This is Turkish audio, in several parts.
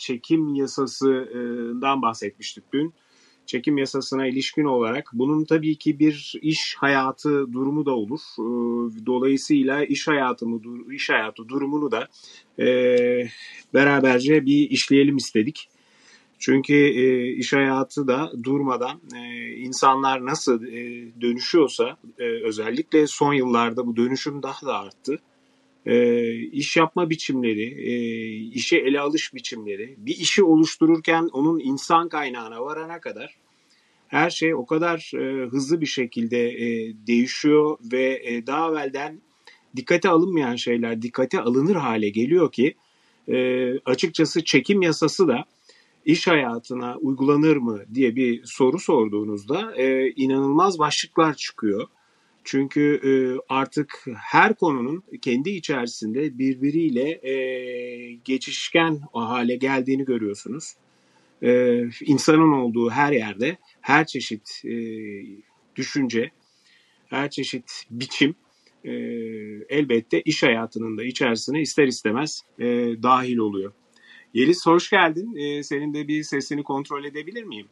çekim yasasından bahsetmiştik dün. Çekim yasasına ilişkin olarak bunun tabii ki bir iş hayatı durumu da olur. Dolayısıyla iş hayatı durumunu da beraberce bir işleyelim istedik. Çünkü iş hayatı da durmadan insanlar nasıl dönüşüyorsa özellikle son yıllarda bu dönüşüm daha da arttı. İş yapma biçimleri, işe ele alış biçimleri, bir işi oluştururken onun insan kaynağına varana kadar her şey o kadar hızlı bir şekilde değişiyor ve daha evvelden dikkate alınmayan şeyler dikkate alınır hale geliyor ki açıkçası çekim yasası da iş hayatına uygulanır mı diye bir soru sorduğunuzda inanılmaz başlıklar çıkıyor. Çünkü artık her konunun kendi içerisinde birbiriyle geçişken hale geldiğini görüyorsunuz. İnsanın olduğu her yerde her çeşit düşünce, her çeşit biçim elbette iş hayatının da içerisine ister istemez dahil oluyor. Yeliz hoş geldin. Senin de bir sesini kontrol edebilir miyim?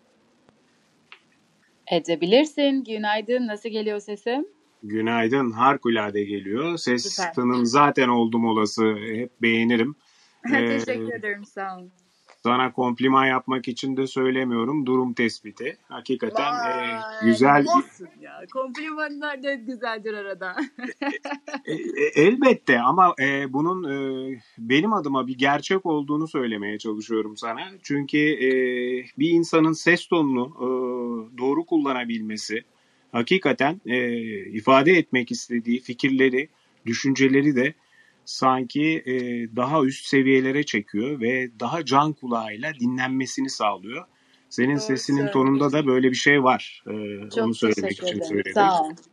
Edebilirsin. Günaydın. Nasıl geliyor sesim? Günaydın. Harikulade geliyor. Ses tonun zaten oldum olası. Hep beğenirim. Teşekkür ederim. Sağ olun. Sana kompliman yapmak için de söylemiyorum. Durum tespiti. Hakikaten güzel. Olsun ya. Komplimanlar da güzeldir arada. Elbette ama bunun benim adıma bir gerçek olduğunu söylemeye çalışıyorum sana. Çünkü bir insanın ses tonunu doğru kullanabilmesi, hakikaten ifade etmek istediği fikirleri, düşünceleri de sanki daha üst seviyelere çekiyor ve daha can kulağıyla dinlenmesini sağlıyor. Senin sesinin tonunda da böyle bir şey var. Onu söylemek için söyledim. Sağ ol.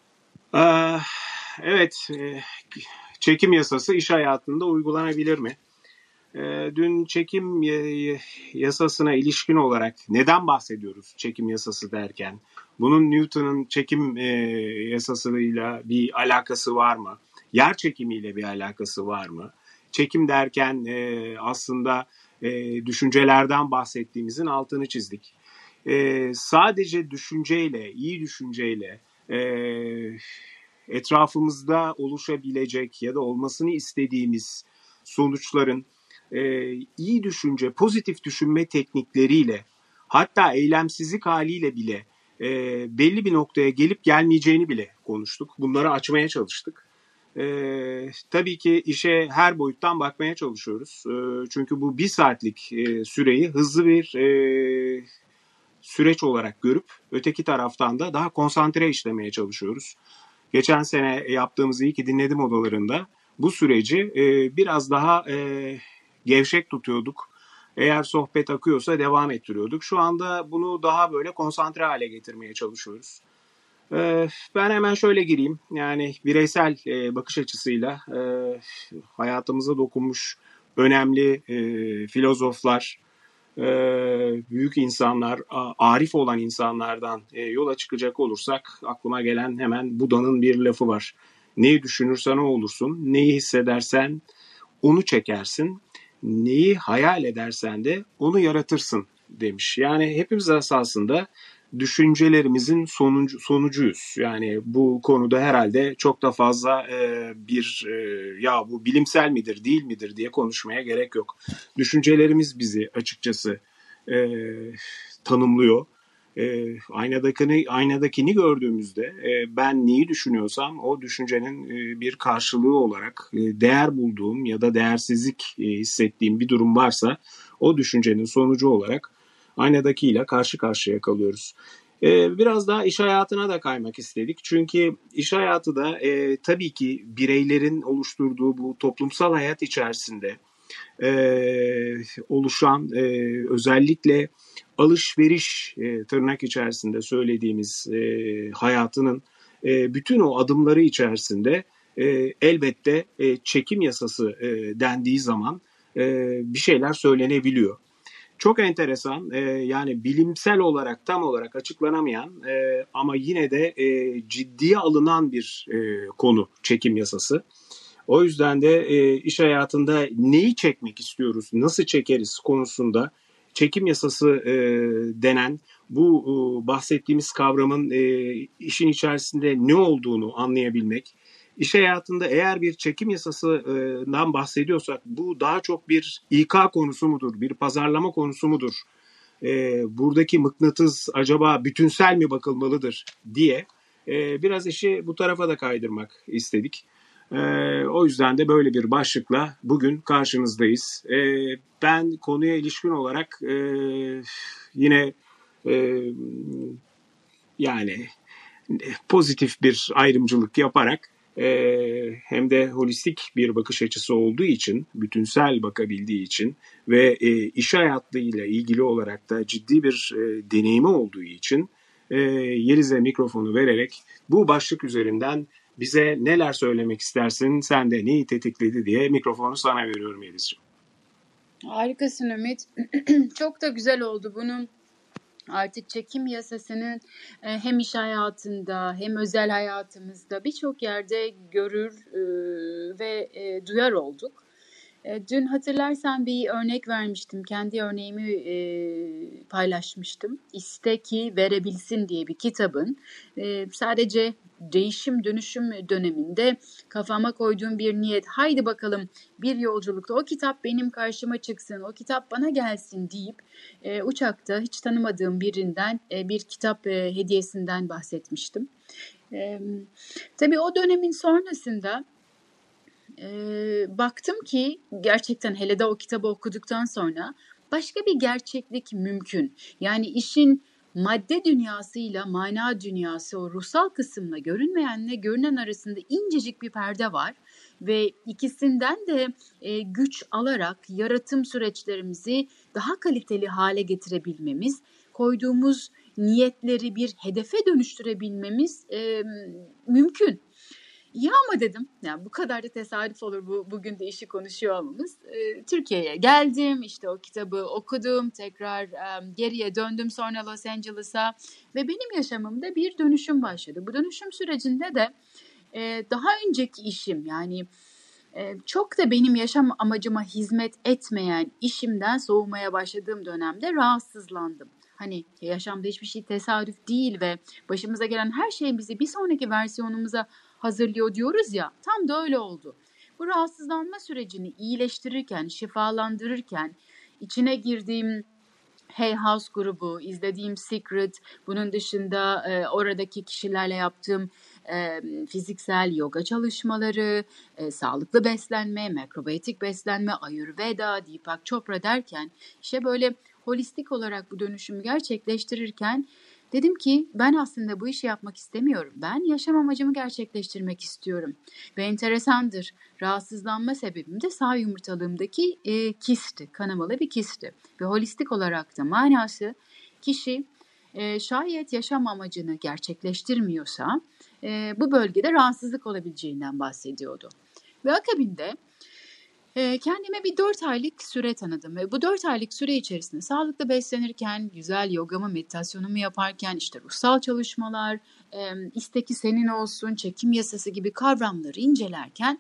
Evet, çekim yasası iş hayatında uygulanabilir mi? Dün çekim yasasına ilişkin olarak neden bahsediyoruz çekim yasası derken? Bunun Newton'un çekim yasasıyla bir alakası var mı? Yer çekimiyle bir alakası var mı? Çekim derken aslında düşüncelerden bahsettiğimizin altını çizdik. Sadece düşünceyle, iyi düşünceyle etrafımızda oluşabilecek ya da olmasını istediğimiz sonuçların iyi düşünce, pozitif düşünme teknikleriyle hatta eylemsizlik haliyle bile belli bir noktaya gelip gelmeyeceğini bile konuştuk. Bunları açmaya çalıştık. Tabii ki işe her boyuttan bakmaya çalışıyoruz. Çünkü bu 1 saatlik süreyi hızlı bir süreç olarak görüp öteki taraftan da daha konsantre işlemeye çalışıyoruz. Geçen sene yaptığımız iyi ki dinledim odalarında bu süreci biraz daha gevşek tutuyorduk. Eğer sohbet akıyorsa devam ettiriyorduk. Şu anda bunu daha böyle konsantre hale getirmeye çalışıyoruz. Ben hemen şöyle gireyim. Yani bireysel bakış açısıyla hayatımıza dokunmuş önemli filozoflar, büyük insanlar, arif olan insanlardan yola çıkacak olursak aklıma gelen hemen Buda'nın bir lafı var. Neyi düşünürsen o olursun, neyi hissedersen onu çekersin, neyi hayal edersen de onu yaratırsın demiş. Yani hepimiz esasında düşüncelerimizin sonucuyuz. Yani bu konuda herhalde çok da fazla ya bu bilimsel midir değil midir diye konuşmaya gerek yok. Düşüncelerimiz bizi açıkçası tanımlıyor. Aynadakini gördüğümüzde ben neyi düşünüyorsam o düşüncenin bir karşılığı olarak değer bulduğum ya da değersizlik hissettiğim bir durum varsa o düşüncenin sonucu olarak aynadakiyle karşı karşıya kalıyoruz. Biraz daha iş hayatına da kaymak istedik. Çünkü iş hayatı da tabii ki bireylerin oluşturduğu bu toplumsal hayat içerisinde oluşan özellikle alışveriş tırnak içerisinde söylediğimiz hayatının bütün o adımları içerisinde elbette çekim yasası dendiği zaman bir şeyler söylenebiliyor. Çok enteresan, yani bilimsel olarak tam olarak açıklanamayan ama yine de ciddiye alınan bir konu çekim yasası. O yüzden de iş hayatında neyi çekmek istiyoruz, nasıl çekeriz konusunda çekim yasası denen bu bahsettiğimiz kavramın işin içerisinde ne olduğunu anlayabilmek. İş hayatında eğer bir çekim yasasından bahsediyorsak bu daha çok bir İK konusu mudur, bir pazarlama konusu mudur? Buradaki mıknatıs acaba bütünsel mi bakılmalıdır diye biraz işi bu tarafa da kaydırmak istedik. O yüzden de böyle bir başlıkla bugün karşınızdayız. Ben konuya ilişkin olarak yine yani pozitif bir ayrımcılık yaparak hem de holistik bir bakış açısı olduğu için, bütünsel bakabildiği için ve iş hayatıyla ilgili olarak da ciddi bir deneyimi olduğu için Yeliz'e mikrofonu vererek bu başlık üzerinden bize neler söylemek istersin, sen de neyi tetikledi diye mikrofonu sana veriyorum Yeliz'ciğim. Harikasın Ümit. Çok da güzel oldu. Bunun artık çekim yasasının hem iş hayatında hem özel hayatımızda birçok yerde görür ve duyar olduk. Dün hatırlarsan bir örnek vermiştim. Kendi örneğimi paylaşmıştım. İste ki verebilsin diye bir kitabın sadece değişim dönüşüm döneminde kafama koyduğum bir niyet. Haydi bakalım bir yolculukta o kitap benim karşıma çıksın, o kitap bana gelsin deyip uçakta hiç tanımadığım birinden bir kitap hediyesinden bahsetmiştim. Tabii o dönemin sonrasında baktım ki gerçekten hele de o kitabı okuduktan sonra başka bir gerçeklik mümkün. Yani işin madde dünyasıyla mana dünyası, o ruhsal kısımla görünmeyenle görünen arasında incecik bir perde var ve ikisinden de güç alarak yaratım süreçlerimizi daha kaliteli hale getirebilmemiz, koyduğumuz niyetleri bir hedefe dönüştürebilmemiz mümkün. Ya ama dedim, yani bu kadar da tesadüf olur bugün de işi konuşuyor olmamız. Türkiye'ye geldim, işte o kitabı okudum, tekrar geriye döndüm sonra Los Angeles'a ve benim yaşamımda bir dönüşüm başladı. Bu dönüşüm sürecinde de daha önceki işim, yani çok da benim yaşam amacıma hizmet etmeyen işimden soğumaya başladığım dönemde rahatsızlandım. Hani yaşamda hiçbir şey tesadüf değil ve başımıza gelen her şey bizi bir sonraki versiyonumuza hazırlıyor diyoruz ya, tam da öyle oldu. Bu rahatsızlanma sürecini iyileştirirken, şifalandırırken içine girdiğim Hay House grubu, izlediğim Secret, bunun dışında oradaki kişilerle yaptığım fiziksel yoga çalışmaları, sağlıklı beslenme, makrobiyotik beslenme, Ayurveda, Deepak Chopra derken işte böyle holistik olarak bu dönüşümü gerçekleştirirken dedim ki ben aslında bu işi yapmak istemiyorum. Ben yaşam amacımı gerçekleştirmek istiyorum. Ve enteresandır, rahatsızlanma sebebim de sağ yumurtalığımdaki kistti, kanamalı bir kistti. Ve holistik olarak da manası kişi şayet yaşam amacını gerçekleştirmiyorsa bu bölgede rahatsızlık olabileceğinden bahsediyordu. Ve akabinde kendime bir 4 aylık süre tanıdım ve bu 4 aylık süre içerisinde sağlıklı beslenirken, güzel yogamı, meditasyonumu yaparken, işte ruhsal çalışmalar, isteki senin olsun, çekim yasası gibi kavramları incelerken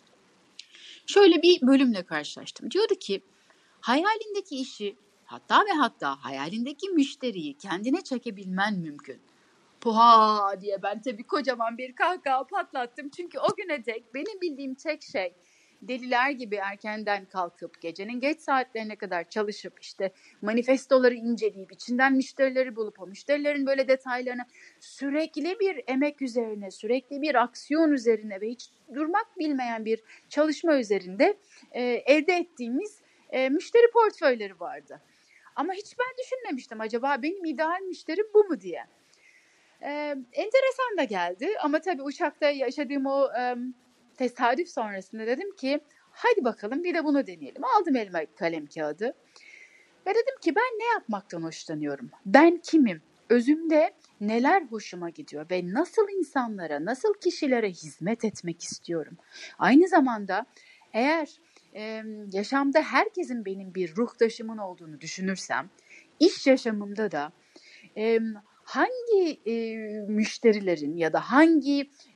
şöyle bir bölümle karşılaştım. Diyordu ki hayalindeki işi, hatta hayalindeki müşteriyi kendine çekebilmen mümkün. Puha diye ben tabii kocaman bir kahkaha patlattım. Çünkü o güne dek benim bildiğim tek şey deliler gibi erkenden kalkıp gecenin geç saatlerine kadar çalışıp işte manifestoları inceleyip içinden müşterileri bulup o müşterilerin böyle detaylarını sürekli bir emek üzerine, sürekli bir aksiyon üzerine ve hiç durmak bilmeyen bir çalışma üzerinde elde ettiğimiz müşteri portföyleri vardı. Ama hiç ben düşünmemiştim acaba benim ideal müşterim bu mu diye. Enteresan da geldi ama tabii uçakta yaşadığım o tesadüf sonrasında dedim ki hadi bakalım bir de bunu deneyelim. Aldım elime kalem kağıdı ve dedim ki ben ne yapmaktan hoşlanıyorum? Ben kimim? Özümde neler hoşuma gidiyor ve nasıl insanlara, nasıl kişilere hizmet etmek istiyorum? Aynı zamanda eğer yaşamda herkesin benim bir ruhtaşımın olduğunu düşünürsem, iş yaşamımda da hangi müşterilerin ya da hangi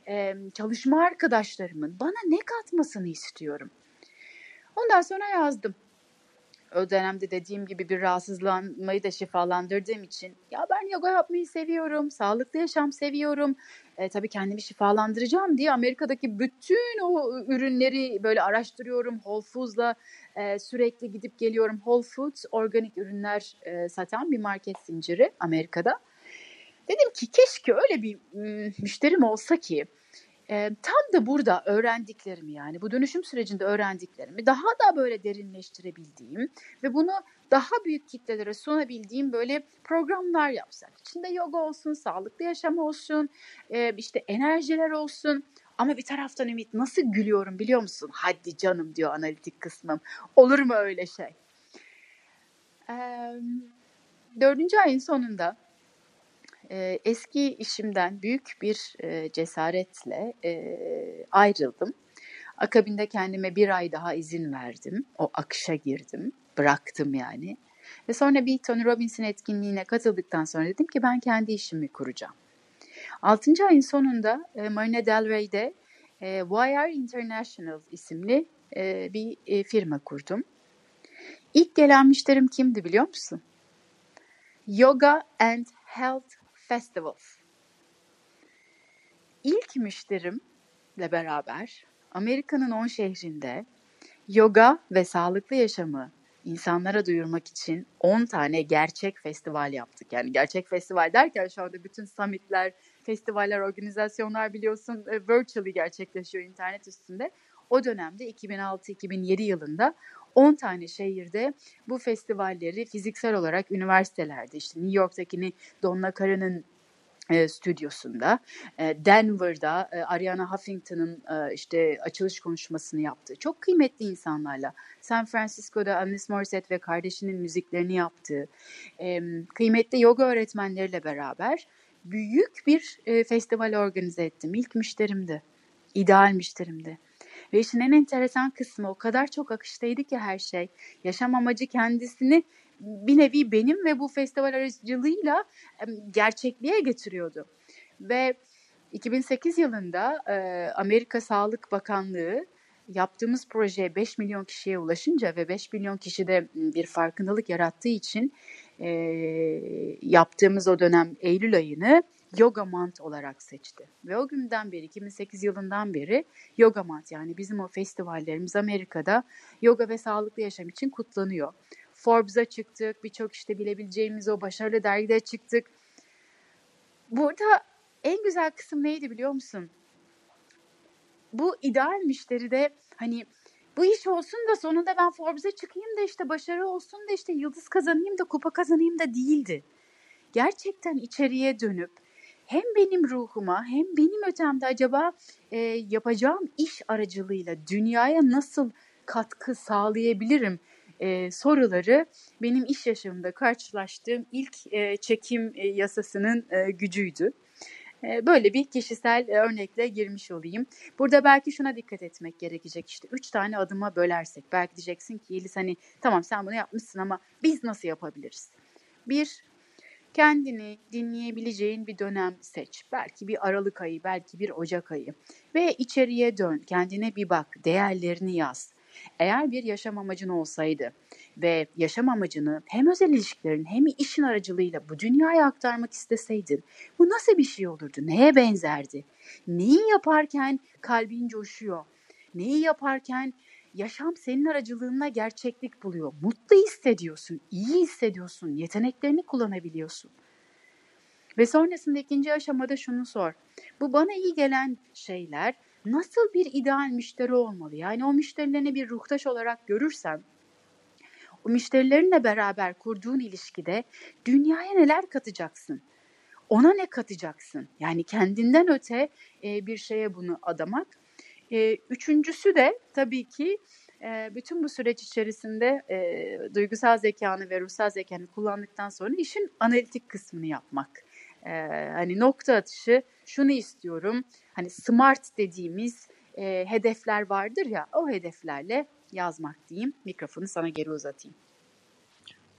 çalışma arkadaşlarımın bana ne katmasını istiyorum. Ondan sonra yazdım. O dönemde dediğim gibi bir rahatsızlanmayı da şifalandırdığım için ya ben yoga yapmayı seviyorum, sağlıklı yaşam seviyorum. Tabii kendimi şifalandıracağım diye Amerika'daki bütün o ürünleri böyle araştırıyorum. Whole Foods'la sürekli gidip geliyorum. Whole Foods organik ürünler satan bir market zinciri Amerika'da. Dedim ki keşke öyle bir müşterim olsa ki tam da burada öğrendiklerimi, yani bu dönüşüm sürecinde öğrendiklerimi daha da böyle derinleştirebildiğim ve bunu daha büyük kitlelere sunabildiğim böyle programlar yapsak. İçinde yoga olsun, sağlıklı yaşam olsun, işte enerjiler olsun. Ama bir taraftan Ümit, nasıl gülüyorum biliyor musun? Hadi canım diyor analitik kısmım. Olur mu öyle şey? 4. ayın sonunda eski işimden büyük bir cesaretle ayrıldım. Akabinde kendime 1 ay daha izin verdim. O akışa girdim. Bıraktım yani. Ve sonra bir Tony Robbins'in etkinliğine katıldıktan sonra dedim ki ben kendi işimi kuracağım. 6. ayın sonunda Marina Del Rey'de YR International isimli bir firma kurdum. İlk gelen müşterim kimdi biliyor musun? Yoga and Health Festivals. İlk müşterimle beraber Amerika'nın 10 şehrinde yoga ve sağlıklı yaşamı insanlara duyurmak için 10 tane gerçek festival yaptık. Yani gerçek festival derken şu anda bütün summitler, festivaller, organizasyonlar biliyorsun virtually gerçekleşiyor internet üstünde. O dönemde 2006-2007 yılında 10 tane şehirde bu festivalleri fiziksel olarak üniversitelerde, işte New York'takini Donna Karan'ın stüdyosunda, Denver'da Ariana Huffington'ın işte açılış konuşmasını yaptığı çok kıymetli insanlarla, San Francisco'da Alanis Morissette ve kardeşinin müziklerini yaptığı kıymetli yoga öğretmenleriyle beraber büyük bir festival organize ettim. İlk müşterimdi, ideal müşterimdi. Ve işin en enteresan kısmı, o kadar çok akıştaydı ki her şey. Yaşam amacı kendisini bir nevi benim ve bu festival aracılığıyla gerçekliğe getiriyordu. Ve 2008 yılında Amerika Sağlık Bakanlığı yaptığımız proje 5 milyon kişiye ulaşınca ve 5 milyon kişide bir farkındalık yarattığı için yaptığımız o dönem Eylül ayını Yoga Month olarak seçti. Ve o günden beri, 2008 yılından beri Yoga Month, yani bizim o festivallerimiz Amerika'da yoga ve sağlıklı yaşam için kutlanıyor. Forbes'a çıktık, birçok işte bilebileceğimiz o başarılı dergide çıktık. Burada en güzel kısım neydi biliyor musun? Bu ideal müşteride hani bu iş olsun da sonunda ben Forbes'a çıkayım da işte başarı olsun da işte yıldız kazanayım da kupa kazanayım da değildi. Gerçekten içeriye dönüp hem benim ruhuma hem benim ötemde acaba yapacağım iş aracılığıyla dünyaya nasıl katkı sağlayabilirim soruları benim iş yaşamında karşılaştığım ilk çekim yasasının gücüydü. Böyle bir kişisel örnekle girmiş olayım. Burada belki şuna dikkat etmek gerekecek, işte 3 tane adıma bölersek. Belki diyeceksin ki Yeliz, hani tamam sen bunu yapmışsın ama biz nasıl yapabiliriz? 1, kendini dinleyebileceğin bir dönem seç. Belki bir Aralık ayı, belki bir Ocak ayı. Ve içeriye dön, kendine bir bak, değerlerini yaz. Eğer bir yaşam amacın olsaydı ve yaşam amacını hem özel ilişkilerin hem işin aracılığıyla bu dünyaya aktarmak isteseydin, bu nasıl bir şey olurdu? Neye benzerdi? Neyi yaparken kalbin coşuyor? Neyi yaparken yaşam senin aracılığına gerçeklik buluyor? Mutlu hissediyorsun, iyi hissediyorsun, yeteneklerini kullanabiliyorsun. Ve sonrasında 2. aşamada şunu sor. Bu bana iyi gelen şeyler nasıl bir ideal müşteri olmalı? Yani o müşterilerini bir ruhtaş olarak görürsen, o müşterilerinle beraber kurduğun ilişkide dünyaya neler katacaksın? Ona ne katacaksın? Yani kendinden öte bir şeye bunu adamak. 3.'sü de tabii ki bütün bu süreç içerisinde duygusal zekanı ve ruhsal zekanı kullandıktan sonra işin analitik kısmını yapmak. Hani nokta atışı şunu istiyorum, hani SMART dediğimiz hedefler vardır ya, o hedeflerle yazmak diyeyim. Mikrofonu sana geri uzatayım.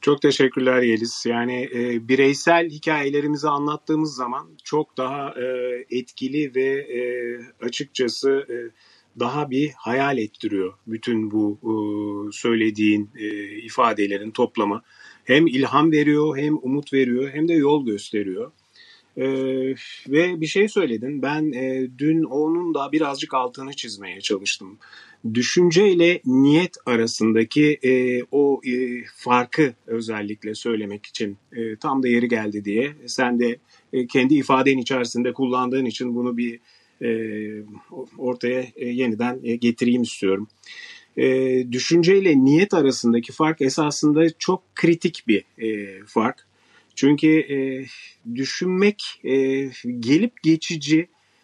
Çok teşekkürler Yeliz. Yani bireysel hikayelerimizi anlattığımız zaman çok daha etkili ve açıkçası daha bir hayal ettiriyor bütün bu söylediğin ifadelerin toplamı. Hem ilham veriyor, hem umut veriyor, hem de yol gösteriyor. Ve bir şey söyledin. Ben dün onun da birazcık altını çizmeye çalıştım. Düşünce ile niyet arasındaki o farkı özellikle söylemek için tam da yeri geldi diye. Sen de kendi ifaden içerisinde kullandığın için bunu bir ortaya yeniden getireyim istiyorum. Düşünce ile niyet arasındaki fark esasında çok kritik bir fark. Çünkü düşünmek gelip geçici,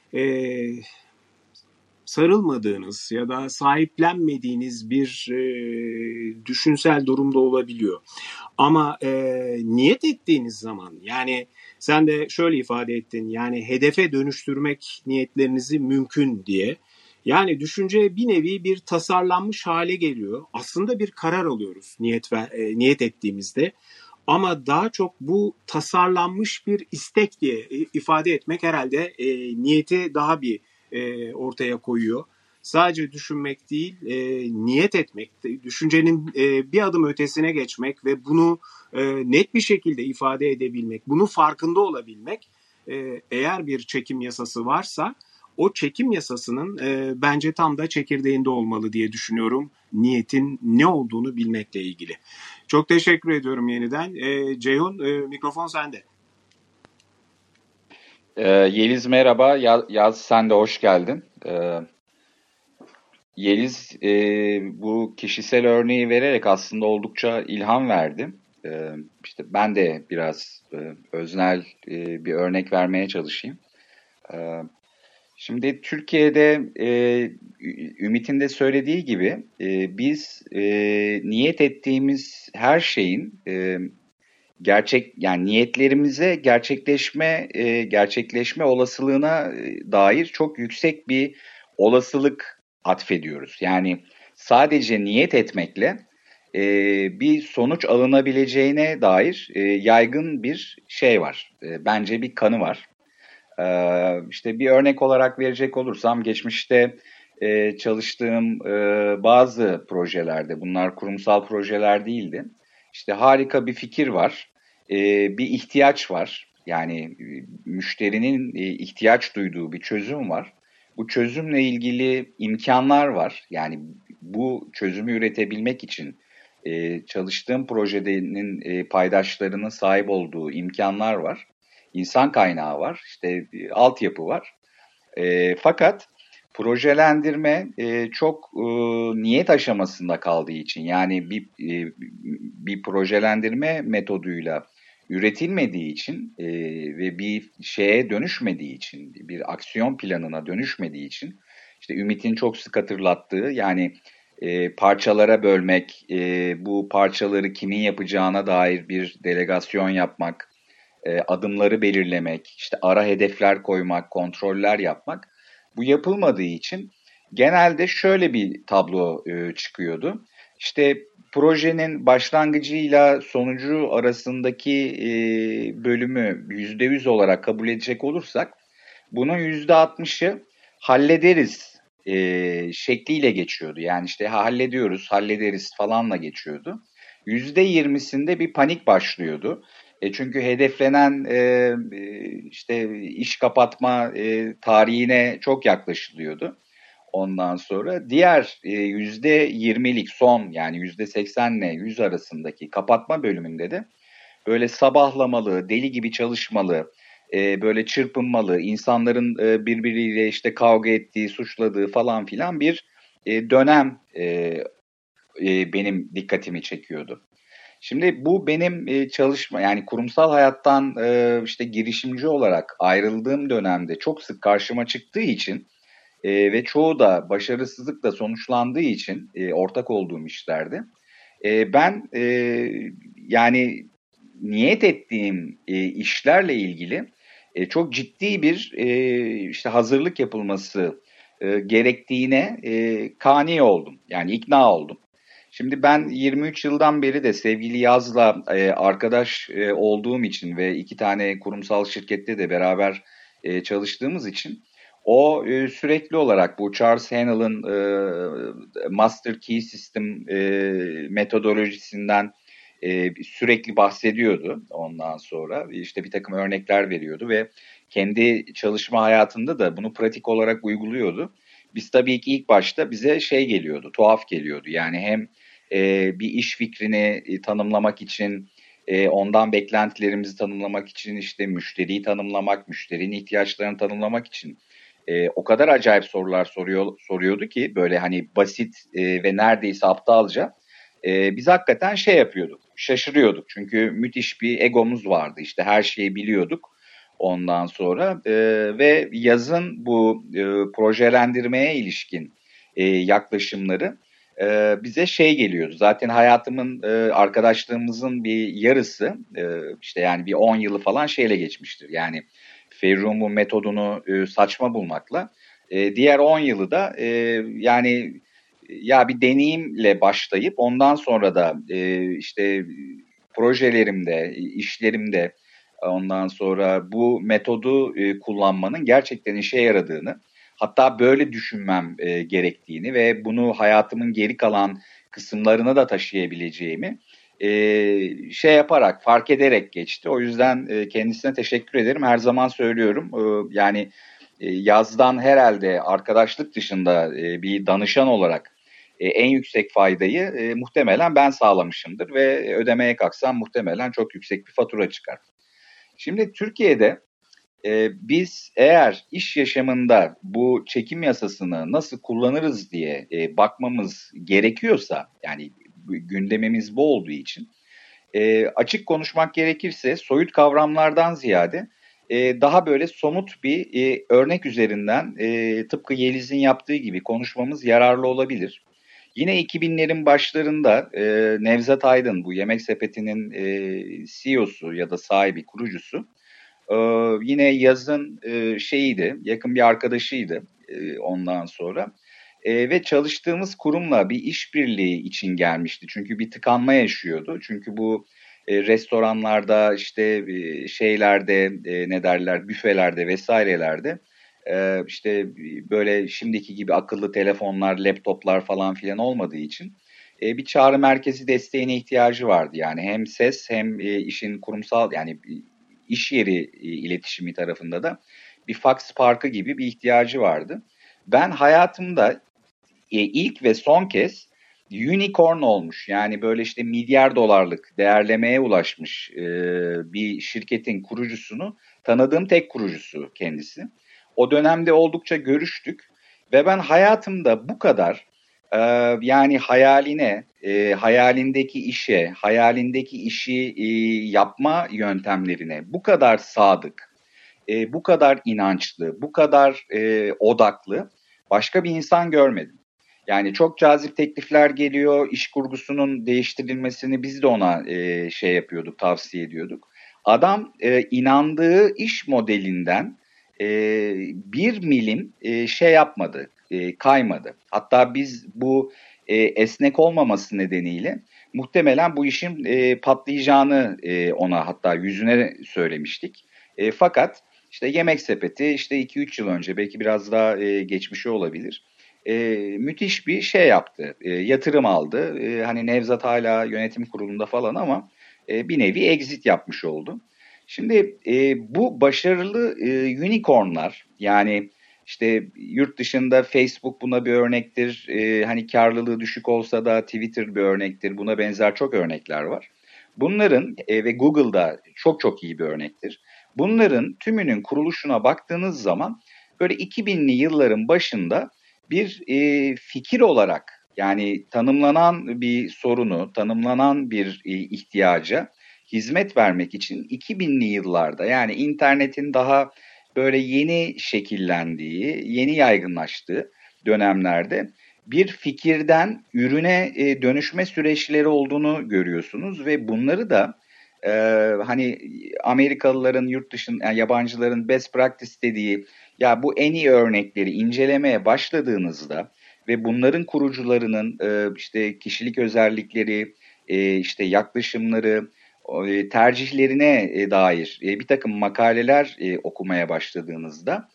sarılmadığınız ya da sahiplenmediğiniz bir düşünsel durumda olabiliyor. Ama niyet ettiğiniz zaman, yani sen de şöyle ifade ettin, yani hedefe dönüştürmek niyetlerinizi mümkün diye. Yani düşünce bir nevi bir tasarlanmış hale geliyor. Aslında bir karar alıyoruz niyet ettiğimizde. Ama daha çok bu tasarlanmış bir istek diye ifade etmek herhalde niyeti daha bir ortaya koyuyor. Sadece düşünmek değil, niyet etmek, düşüncenin bir adım ötesine geçmek ve bunu net bir şekilde ifade edebilmek, bunun farkında olabilmek, eğer bir çekim yasası varsa, o çekim yasasının bence tam da çekirdeğinde olmalı diye düşünüyorum. Niyetin ne olduğunu bilmekle ilgili. Çok teşekkür ediyorum yeniden. Ceyhun, mikrofon sende. Yeliz merhaba. Yaz sen de hoş geldin. Yeliz bu kişisel örneği vererek aslında oldukça ilham verdi. İşte ben de biraz öznel bir örnek vermeye çalışayım. Şimdi Türkiye'de Ümit'in de söylediği gibi biz niyet ettiğimiz her şeyin yani niyetlerimize gerçekleşme olasılığına dair çok yüksek bir olasılık atfediyoruz. Yani sadece niyet etmekle bir sonuç alınabileceğine dair yaygın bir şey var. Bence bir kanı var. İşte bir örnek olarak verecek olursam geçmişte çalıştığım bazı projelerde, bunlar kurumsal projeler değildi. İşte harika bir fikir var, bir ihtiyaç var. Yani müşterinin ihtiyaç duyduğu bir çözüm var. Bu çözümle ilgili imkanlar var. Yani bu çözümü üretebilmek için çalıştığım projenin paydaşlarının sahip olduğu imkanlar var. İnsan kaynağı var, işte altyapı var. Fakat projelendirme çok niyet aşamasında kaldığı için, yani bir projelendirme metoduyla üretilmediği için ve bir şeye dönüşmediği için, bir aksiyon planına dönüşmediği için, işte Ümit'in çok sık hatırlattığı, yani parçalara bölmek, bu parçaları kimin yapacağına dair bir delegasyon yapmak, adımları belirlemek, işte ara hedefler koymak, kontroller yapmak, bu yapılmadığı için genelde şöyle bir tablo çıkıyordu. İşte projenin başlangıcıyla sonucu arasındaki bölümü %100 olarak kabul edecek olursak, bunun %60'ı hallederiz şekliyle geçiyordu. Yani işte hallederiz falanla geçiyordu. %20'sinde bir panik başlıyordu. Çünkü hedeflenen işte iş kapatma tarihine çok yaklaşılıyordu. Ondan sonra diğer %20'lik son, yani %80 ile 100 arasındaki kapatma bölümünde de böyle sabahlamalı, deli gibi çalışmalı, böyle çırpınmalı, insanların birbiriyle işte kavga ettiği, suçladığı falan filan bir dönem benim dikkatimi çekiyordu. Şimdi bu benim yani kurumsal hayattan işte girişimci olarak ayrıldığım dönemde çok sık karşıma çıktığı için ve çoğu da başarısızlıkla sonuçlandığı için ortak olduğum işlerde ben yani niyet ettiğim işlerle ilgili çok ciddi bir işte hazırlık yapılması gerektiğine kani oldum. Yani ikna oldum. Şimdi ben 23 yıldan beri de sevgili Yaz'la arkadaş olduğum için ve 2 tane kurumsal şirkette de beraber çalıştığımız için o sürekli olarak bu Charles Haanel'ın Master Key System metodolojisinden sürekli bahsediyordu. Ondan sonra işte bir takım örnekler veriyordu ve kendi çalışma hayatında da bunu pratik olarak uyguluyordu. Biz tabii ki ilk başta bize şey geliyordu, tuhaf geliyordu. Yani hem bir iş fikrini tanımlamak için, ondan beklentilerimizi tanımlamak için, işte müşteriyi tanımlamak, müşterinin ihtiyaçlarını tanımlamak için o kadar acayip sorular soruyordu ki böyle hani basit ve neredeyse aptalca. Biz hakikaten şey yapıyorduk, şaşırıyorduk. Çünkü müthiş bir egomuz vardı, işte her şeyi biliyorduk. Ondan sonra ve yazın bu projelendirmeye ilişkin yaklaşımları bize şey geliyordu. Zaten hayatımın, arkadaşlığımızın bir yarısı, işte yani bir 10 yılı falan şeyle geçmiştir. Yani Ferrum'un metodunu saçma bulmakla. Diğer 10 yılı da yani ya bir deneyimle başlayıp ondan sonra da işte projelerimde, işlerimde ondan sonra bu metodu kullanmanın gerçekten işe yaradığını, hatta böyle düşünmem gerektiğini ve bunu hayatımın geri kalan kısımlarına da taşıyabileceğimi şey yaparak, fark ederek geçti. O yüzden kendisine teşekkür ederim. Her zaman söylüyorum. Yani yazdan herhalde arkadaşlık dışında bir danışan olarak en yüksek faydayı muhtemelen ben sağlamışımdır ve ödemeye kalksam muhtemelen çok yüksek bir fatura çıkar. Şimdi Türkiye'de biz eğer iş yaşamında bu çekim yasasını nasıl kullanırız diye bakmamız gerekiyorsa, yani gündemimiz bu olduğu için açık konuşmak gerekirse soyut kavramlardan ziyade daha böyle somut bir örnek üzerinden tıpkı Yeliz'in yaptığı gibi konuşmamız yararlı olabilir. Yine 2000'lerin başlarında Nevzat Aydın, bu Yemek Sepeti'nin CEO'su ya da sahibi, kurucusu, yine yazın şeyiydi, yakın bir arkadaşıydı ondan sonra. Ve çalıştığımız kurumla bir işbirliği için gelmişti. Çünkü bir tıkanma yaşıyordu. Çünkü bu restoranlarda, işte şeylerde, ne derler, büfelerde vesairelerde işte böyle şimdiki gibi akıllı telefonlar, laptoplar falan filan olmadığı için bir çağrı merkezi desteğine ihtiyacı vardı. Yani hem ses hem işin kurumsal, yani iş yeri iletişimi tarafında da bir fax parkı gibi bir ihtiyacı vardı. Ben hayatımda ilk ve son kez unicorn olmuş, yani böyle işte milyar dolarlık değerlemeye ulaşmış bir şirketin kurucusunu tanıdığım tek kurucusu kendisi. O dönemde oldukça görüştük ve ben hayatımda bu kadar yani hayaline, hayalindeki işe, hayalindeki işi yapma yöntemlerine bu kadar sadık, bu kadar inançlı, bu kadar odaklı başka bir insan görmedim. Yani çok cazip teklifler geliyor, iş kurgusunun değiştirilmesini biz de ona şey yapıyorduk, tavsiye ediyorduk. Adam inandığı iş modelinden bir milim şey yapmadı, kaymadı. Hatta biz bu esnek olmaması nedeniyle muhtemelen bu işin patlayacağını ona, hatta yüzüne söylemiştik. Fakat işte Yemek Sepeti, işte 2-3 yıl önce, belki biraz daha geçmişi olabilir, müthiş bir şey yaptı. Yatırım aldı. Hani Nevzat hala yönetim kurulunda falan ama bir nevi exit yapmış oldu. Şimdi bu başarılı unicornlar, yani işte yurt dışında Facebook buna bir örnektir. Hani karlılığı düşük olsa da Twitter bir örnektir. Buna benzer çok örnekler var. Bunların ve Google'da çok çok iyi bir örnektir. Bunların tümünün kuruluşuna baktığınız zaman böyle 2000'li yılların başında bir fikir olarak, yani tanımlanan bir sorunu, tanımlanan bir ihtiyaca hizmet vermek için 2000'li yıllarda, yani internetin daha böyle yeni şekillendiği, yeni yaygınlaştığı dönemlerde bir fikirden ürüne dönüşme süreçleri olduğunu görüyorsunuz ve bunları da hani Amerikalıların, yurt dışında, yani yabancıların best practice dediği, ya bu en iyi örnekleri incelemeye başladığınızda ve bunların kurucularının işte kişilik özellikleri, işte yaklaşımları, tercihlerine dair bir takım makaleler okumaya başladığınızda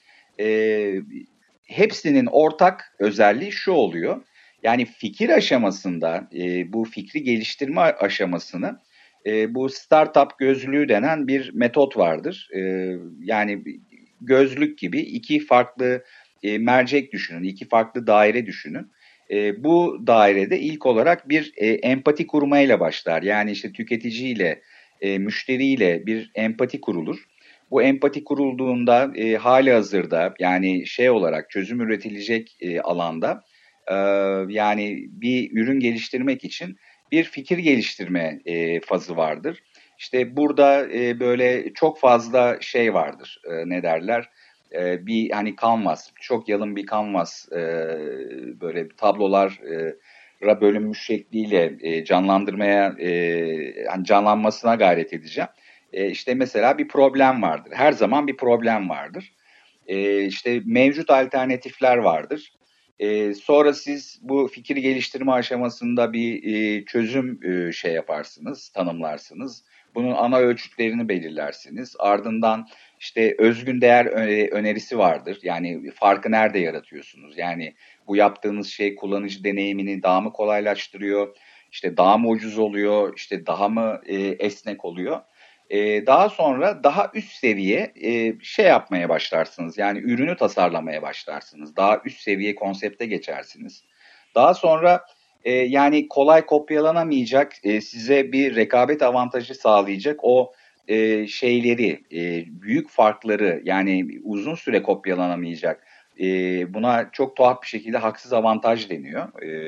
hepsinin ortak özelliği şu oluyor. Yani fikir aşamasında bu fikri geliştirme aşamasını bu startup gözlüğü denen bir metot vardır. Yani gözlük gibi iki farklı mercek düşünün, iki farklı daire düşünün. Bu dairede ilk olarak bir empati kurmayla başlar. Yani işte tüketiciyle, müşteriyle bir empati kurulur. Bu empati kurulduğunda hali hazırda yani şey olarak çözüm üretilecek alanda yani bir ürün geliştirmek için bir fikir geliştirme fazı vardır. İşte burada böyle çok fazla şey vardır. Ne derler? Bir hani canvas, çok yalın bir canvas böyle tablolara bölünmüş şekliyle canlandırmaya, hani canlanmasına gayret edeceğim. İşte mesela bir problem vardır. Her zaman bir problem vardır. İşte mevcut alternatifler vardır. Sonra siz bu fikir geliştirme aşamasında bir çözüm şey yaparsınız, tanımlarsınız. Bunun ana ölçütlerini belirlersiniz. Ardından işte özgün değer önerisi vardır. Yani farkı nerede yaratıyorsunuz? Yani bu yaptığınız şey kullanıcı deneyimini daha mı kolaylaştırıyor? İşte daha mı ucuz oluyor? İşte daha mı esnek oluyor? Daha sonra daha üst seviye şey yapmaya başlarsınız. Yani ürünü tasarlamaya başlarsınız. Daha üst seviye konsepte geçersiniz. Daha sonra yani kolay kopyalanamayacak, size bir rekabet avantajı sağlayacak o şeyleri, büyük farkları yani uzun süre kopyalanamayacak. Buna çok tuhaf bir şekilde haksız avantaj deniyor.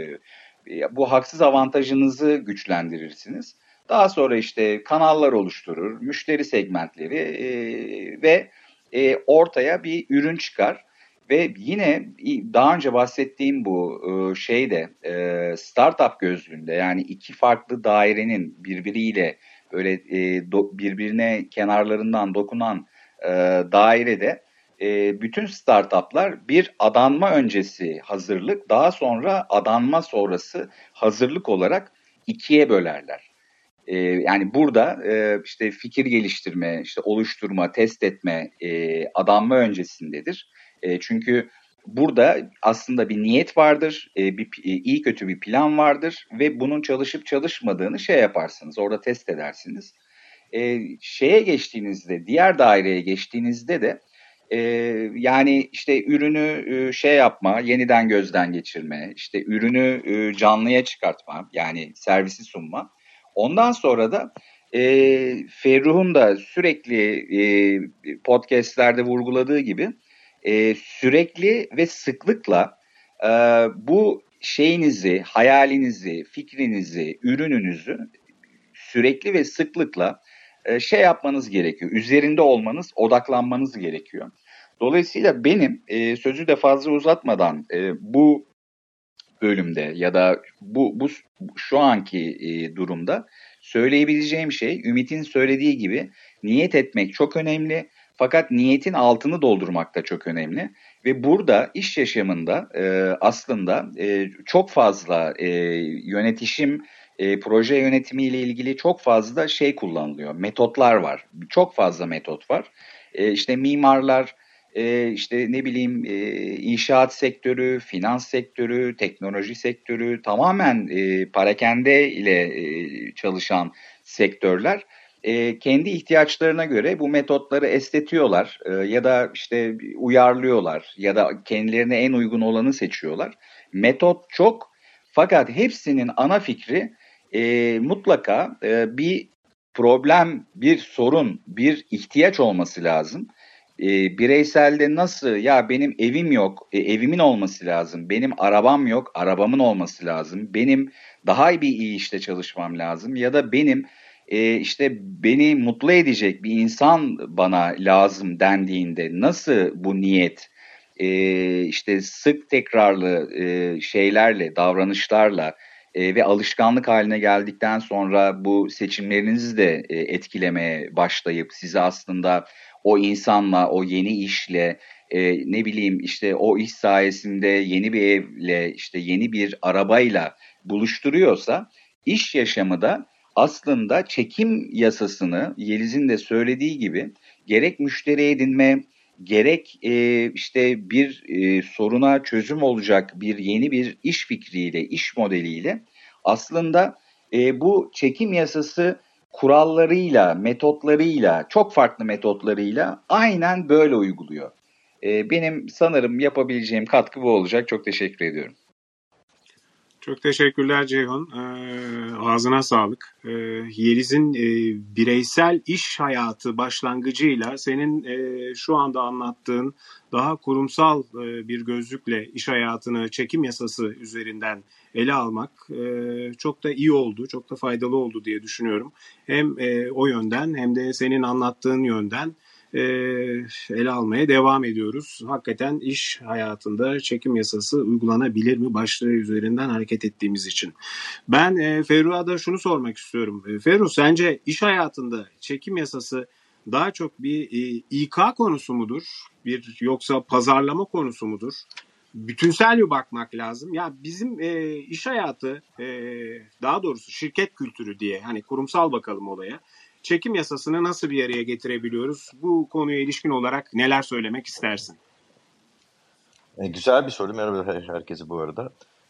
Bu haksız avantajınızı güçlendirirsiniz. Daha sonra işte kanallar oluşturur, müşteri segmentleri ve ortaya bir ürün çıkar. Ve yine daha önce bahsettiğim bu şeyde startup gözlüğünde yani iki farklı dairenin birbiriyle böyle birbirine kenarlarından dokunan dairede bütün startuplar bir adanma öncesi hazırlık, daha sonra adanma sonrası hazırlık olarak ikiye bölerler. Yani burada işte fikir geliştirme, işte oluşturma, test etme, adanma öncesindedir. Çünkü burada aslında bir niyet vardır, iyi kötü bir plan vardır ve bunun çalışıp çalışmadığını şey yaparsınız, orada test edersiniz. Şeye geçtiğinizde, diğer daireye geçtiğinizde de yani işte ürünü şey yapma, yeniden gözden geçirme, işte ürünü canlıya çıkartma, yani servisi sunma. Ondan sonra da Ferruh'un da sürekli podcastlerde vurguladığı gibi sürekli ve sıklıkla bu şeyinizi, hayalinizi, fikrinizi, ürününüzü sürekli ve sıklıkla şey yapmanız gerekiyor. Üzerinde olmanız, odaklanmanız gerekiyor. Dolayısıyla benim sözü de fazla uzatmadan bu bölümde ya da bu şu anki durumda söyleyebileceğim şey Ümit'in söylediği gibi niyet etmek çok önemli. Fakat niyetin altını doldurmak da çok önemli. Ve burada iş yaşamında aslında çok fazla yönetişim, proje yönetimiyle ilgili çok fazla şey kullanılıyor. Metotlar var. Çok fazla metot var. İşte mimarlar, işte ne bileyim inşaat sektörü, finans sektörü, teknoloji sektörü tamamen parakende ile çalışan sektörler kendi ihtiyaçlarına göre bu metotları estetiyorlar ya da işte uyarlıyorlar ya da kendilerine en uygun olanı seçiyorlar. Metot çok fakat hepsinin ana fikri mutlaka bir problem, bir sorun, bir ihtiyaç olması lazım. Bireyselde nasıl ya benim evim yok, evimin olması lazım. Benim arabam yok, arabamın olması lazım. Benim daha iyi işte çalışmam lazım ya da benim işte beni mutlu edecek bir insan bana lazım dendiğinde nasıl bu niyet işte sık tekrarlı şeylerle, davranışlarla ve alışkanlık haline geldikten sonra bu seçimlerinizi de etkilemeye başlayıp sizi aslında o insanla, o yeni işle, ne bileyim işte o iş sayesinde yeni bir evle, işte yeni bir arabayla buluşturuyorsa, iş yaşamı da aslında çekim yasasını Yeliz'in de söylediği gibi gerek müşteri edinme, gerek işte bir soruna çözüm olacak bir yeni bir iş fikriyle, iş modeliyle aslında bu çekim yasası kurallarıyla, metotlarıyla, çok farklı metotlarıyla aynen böyle uyguluyor. Benim sanırım yapabileceğim katkı bu olacak. Çok teşekkür ediyorum. Çok teşekkürler Ceyhun. Ağzına sağlık. Yeliz'in bireysel iş hayatı başlangıcıyla senin şu anda anlattığın daha kurumsal bir gözlükle iş hayatını çekim yasası üzerinden ele almak çok da iyi oldu, çok da faydalı oldu diye düşünüyorum. Hem o yönden hem de senin anlattığın yönden ele almaya devam ediyoruz. Hakikaten iş hayatında çekim yasası uygulanabilir mi başlığı üzerinden hareket ettiğimiz için. Ben Ferruh'a da şunu sormak istiyorum. Ferruh, sence iş hayatında çekim yasası daha çok bir İK konusu mudur? Yoksa pazarlama konusu mudur? Bütünsel bir bakmak lazım. Ya bizim iş hayatı, daha doğrusu şirket kültürü diye, hani kurumsal bakalım olaya. Çekim yasasını nasıl bir araya getirebiliyoruz? Bu konuya ilişkin olarak neler söylemek istersin? Güzel bir soru. Merhaba herkese bu arada.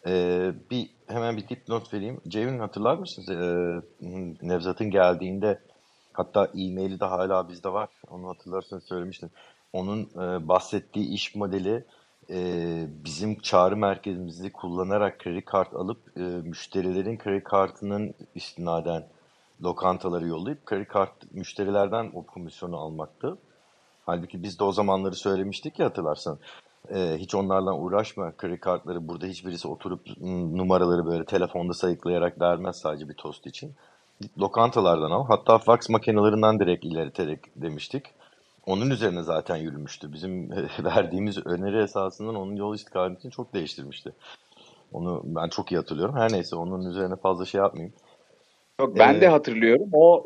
Hemen bir dipnot vereyim. Ceyhun, hatırlar mısınız? Nevzat'ın geldiğinde, hatta e-maili de hala bizde var. Onu hatırlarsanız söylemiştim. Onun bahsettiği iş modeli, bizim çağrı merkezimizi kullanarak kredi kart alıp müşterilerin kredi kartının istinaden lokantaları yollayıp kredi kart müşterilerden o komisyonu almaktı. Halbuki biz de o zamanları söylemiştik ya, hatırlarsan. Hiç onlarla uğraşma. Kredi kartları burada hiçbirisi oturup numaraları böyle telefonda sayıklayarak vermez sadece bir tost için. Git lokantalardan al. Hatta fax makinelerinden direkt ileriterek demiştik. Onun üzerine zaten yürümüştü. Bizim verdiğimiz öneri esasından onun yol istikametini çok değiştirmişti. Onu ben çok iyi hatırlıyorum. Her neyse, onun üzerine fazla şey yapmayayım. Yok, ben de hatırlıyorum. O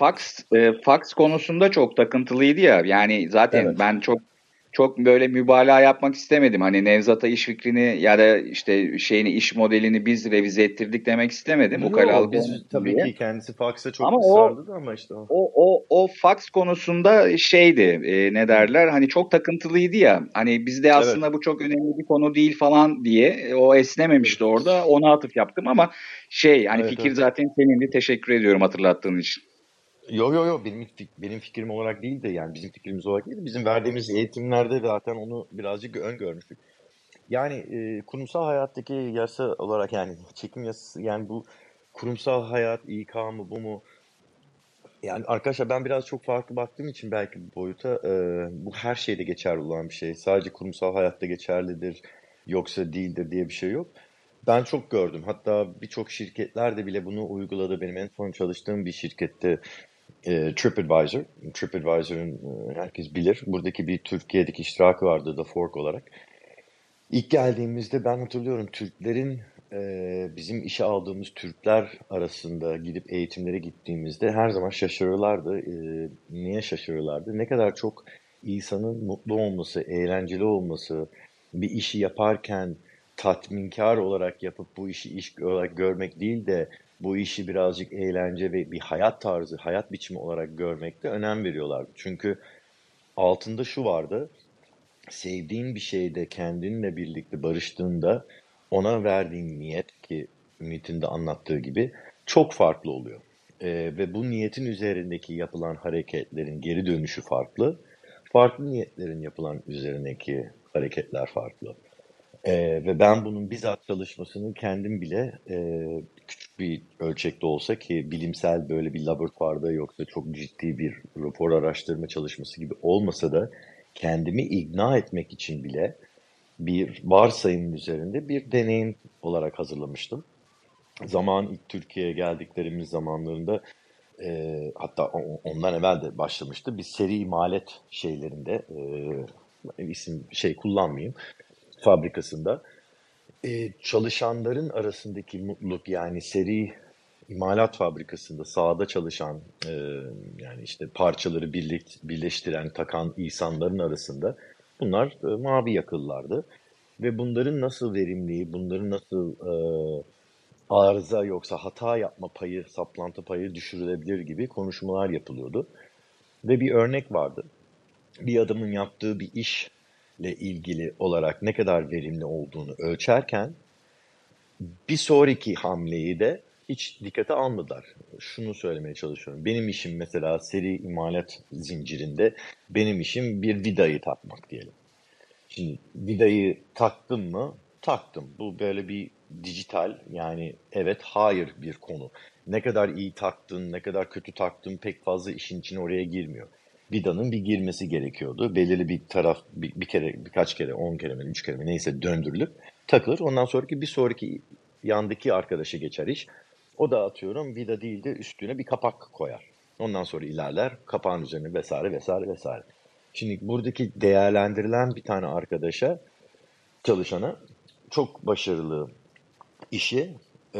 fax konusunda çok takıntılıydı ya. Yani zaten Evet. ben çok böyle mübalağa yapmak istemedim. Hani Nevzat'a iş fikrini ya da işte iş modelini biz revize ettirdik demek istemedim. Ukalalık Biz olmasın tabii diye. ki kendisi fax'a çok Ama ısrarlı da, ama işte o. o fax konusunda ne derler, hani çok takıntılıydı ya, hani bizde aslında Evet. bu çok önemli bir konu değil falan diye o esnememişti Tabii. orada, ona atıf yaptım ama hani Evet, fikir evet. zaten senindi, teşekkür ediyorum hatırlattığın için. Yo, benim fikrim olarak değil de, yani bizim fikrimiz olarak değil de, bizim verdiğimiz eğitimlerde zaten onu birazcık öngörmüştük. Yani kurumsal hayattaki yasa olarak, yani çekim yasası, yani bu kurumsal hayat İK mı bu mu? Yani arkadaşlar, ben biraz çok farklı baktığım için belki bu boyuta, bu her şeyde geçerli olan bir şey. Sadece kurumsal hayatta geçerlidir yoksa değildir diye bir şey yok. Ben çok gördüm. Hatta birçok şirketler de bile bunu uyguladı. Benim en son çalıştığım bir şirkette TripAdvisor. TripAdvisor'ın herkes bilir. Buradaki bir Türkiye'deki iştirakı vardı The Fork olarak. İlk geldiğimizde ben hatırlıyorum, Türklerin bizim işe aldığımız Türkler arasında gidip eğitimlere gittiğimizde her zaman şaşırırlardı. Niye şaşırırlardı? Ne kadar çok insanın mutlu olması, eğlenceli olması, bir işi yaparken tatminkar olarak yapıp bu işi iş olarak görmek değil de bu işi birazcık eğlence ve bir hayat tarzı, hayat biçimi olarak görmekte önem veriyorlardı. Çünkü altında şu vardı: sevdiğin bir şeyde kendinle birlikte barıştığında ona verdiğin niyet, ki Ümit'in de anlattığı gibi, çok farklı oluyor. Ve bu niyetin üzerindeki yapılan hareketlerin geri dönüşü farklı. Farklı niyetlerin yapılan üzerindeki hareketler farklı. Ve ben bunun bizzat çalışmasını kendim bile küçük bir ölçekte olsa, ki bilimsel böyle bir laboratuvarda yoksa çok ciddi bir rapor araştırma çalışması gibi olmasa da, kendimi ikna etmek için bile bir varsayımın üzerinde bir deneyim olarak hazırlamıştım. İlk Türkiye'ye geldiklerimiz zamanlarında, hatta ondan evvel de başlamıştı. Bir seri imalat şeylerinde, isim kullanmayayım, fabrikasında Çalışanların arasındaki mutluluk, yani seri imalat fabrikasında sahada çalışan, yani işte parçaları birleştiren, takan insanların arasında bunlar mavi yakıllardı. Ve bunların nasıl verimli, bunların nasıl arıza yoksa hata yapma payı, saplantı payı düşürülebilir gibi konuşmalar yapılıyordu. Ve bir örnek vardı. Bir adamın yaptığı bir işle ilgili olarak ne kadar verimli olduğunu ölçerken bir sonraki hamleyi de hiç dikkate almadılar. Şunu söylemeye çalışıyorum. Benim işim mesela seri imalat zincirinde, benim işim bir vidayı takmak diyelim. Şimdi vidayı taktım mı? Taktım. Bu böyle bir dijital, yani evet hayır bir konu. Ne kadar iyi taktın, ne kadar kötü taktın pek fazla işin içine oraya girmiyor. Vidanın bir girmesi gerekiyordu. Belirli bir taraf bir kere, birkaç kere, 10 kere mi, 3 kere mi neyse döndürülüp takılır. Ondan sonraki bir sonraki yandaki arkadaşa geçer iş. O da atıyorum vida değil de üstüne bir kapak koyar. Ondan sonra ilerler kapağın üzerine vesaire vesaire vesaire. Şimdi buradaki değerlendirilen bir tane arkadaşa, çalışana çok başarılı işi,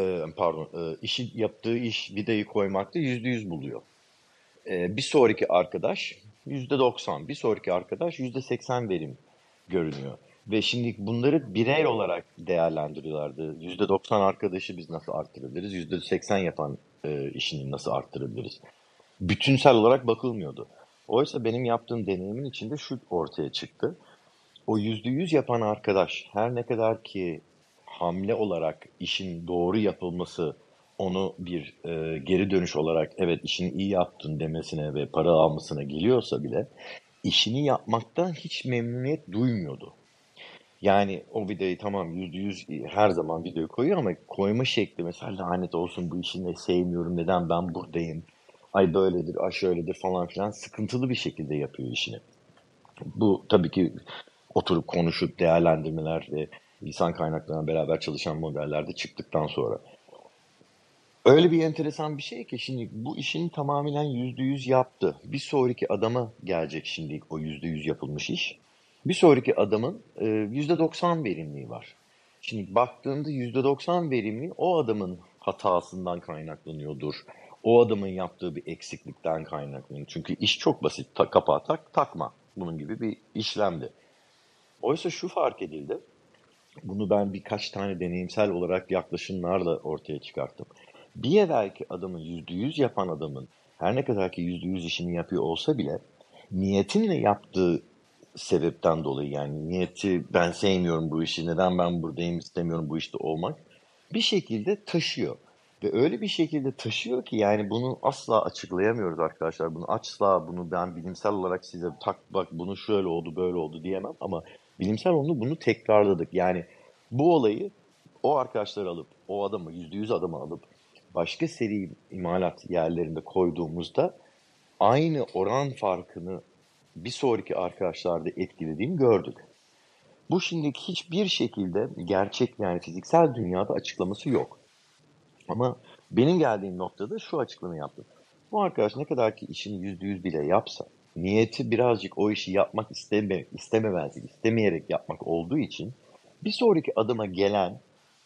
işi yaptığı iş vidayı koymakta %100 buluyor. Bir sonraki arkadaş %90, bir sonraki arkadaş %80 verim görünüyor. Ve şimdi bunları birey olarak değerlendiriyorlardı. %90 arkadaşı biz nasıl arttırabiliriz? %80 yapan işini nasıl arttırabiliriz? Bütünsel olarak bakılmıyordu. Oysa benim yaptığım deneyimin içinde şu ortaya çıktı. O %100 yapan arkadaş her ne kadar ki hamle olarak işin doğru yapılması onu bir geri dönüş olarak evet işini iyi yaptın demesine ve para almasına geliyorsa bile işini yapmaktan hiç memnuniyet duymuyordu. Yani o videoyu tamam %100 her zaman videoyu koyuyor ama koyma şekli mesela lanet olsun bu işini de sevmiyorum, neden ben buradayım, ay böyledir, ay şöyledir falan filan sıkıntılı bir şekilde yapıyor işini. Bu tabii ki oturup konuşup değerlendirmeler ve insan kaynaklarına beraber çalışan modellerde çıktıktan sonra. Öyle bir enteresan bir şey ki şimdi bu işin tamamen %100 yaptı. Bir sonraki adama gelecek şimdi o %100 yapılmış iş. Bir sonraki adamın %90 verimliliği var. Şimdi baktığında %90 verimli o adamın hatasından kaynaklanıyordur. O adamın yaptığı bir eksiklikten kaynaklanıyor. Çünkü iş çok basit. Kapağı tak, takma. Bunun gibi bir işlemdi. Oysa şu fark edildi. Bunu ben birkaç tane deneyimsel olarak yaklaşımlarla ortaya çıkarttım. Bir evvelki adamın %100 yapan adamın her ne kadar ki %100 işini yapıyor olsa bile niyetinle yaptığı sebepten dolayı, yani niyeti ben sevmiyorum bu işi, neden ben buradayım, istemiyorum bu işte olmak, bir şekilde taşıyor. Ve öyle bir şekilde taşıyor ki yani bunu asla açıklayamıyoruz arkadaşlar. Bunu ben bilimsel olarak size tak bak bunu şöyle oldu böyle oldu diyemem ama bilimsel bunu tekrarladık. Yani bu olayı o arkadaşları alıp o adamı %100 adamı alıp başka seri imalat yerlerinde koyduğumuzda aynı oran farkını bir sonraki arkadaşlarda etkilediğini gördük. Bu şimdiki hiçbir şekilde gerçek, yani fiziksel dünyada açıklaması yok. Ama benim geldiğim noktada şu açıklama yaptım. Bu arkadaş ne kadar ki işini %100 bile yapsa, niyeti birazcık o işi yapmak istemeyerek yapmak olduğu için bir sonraki adıma gelen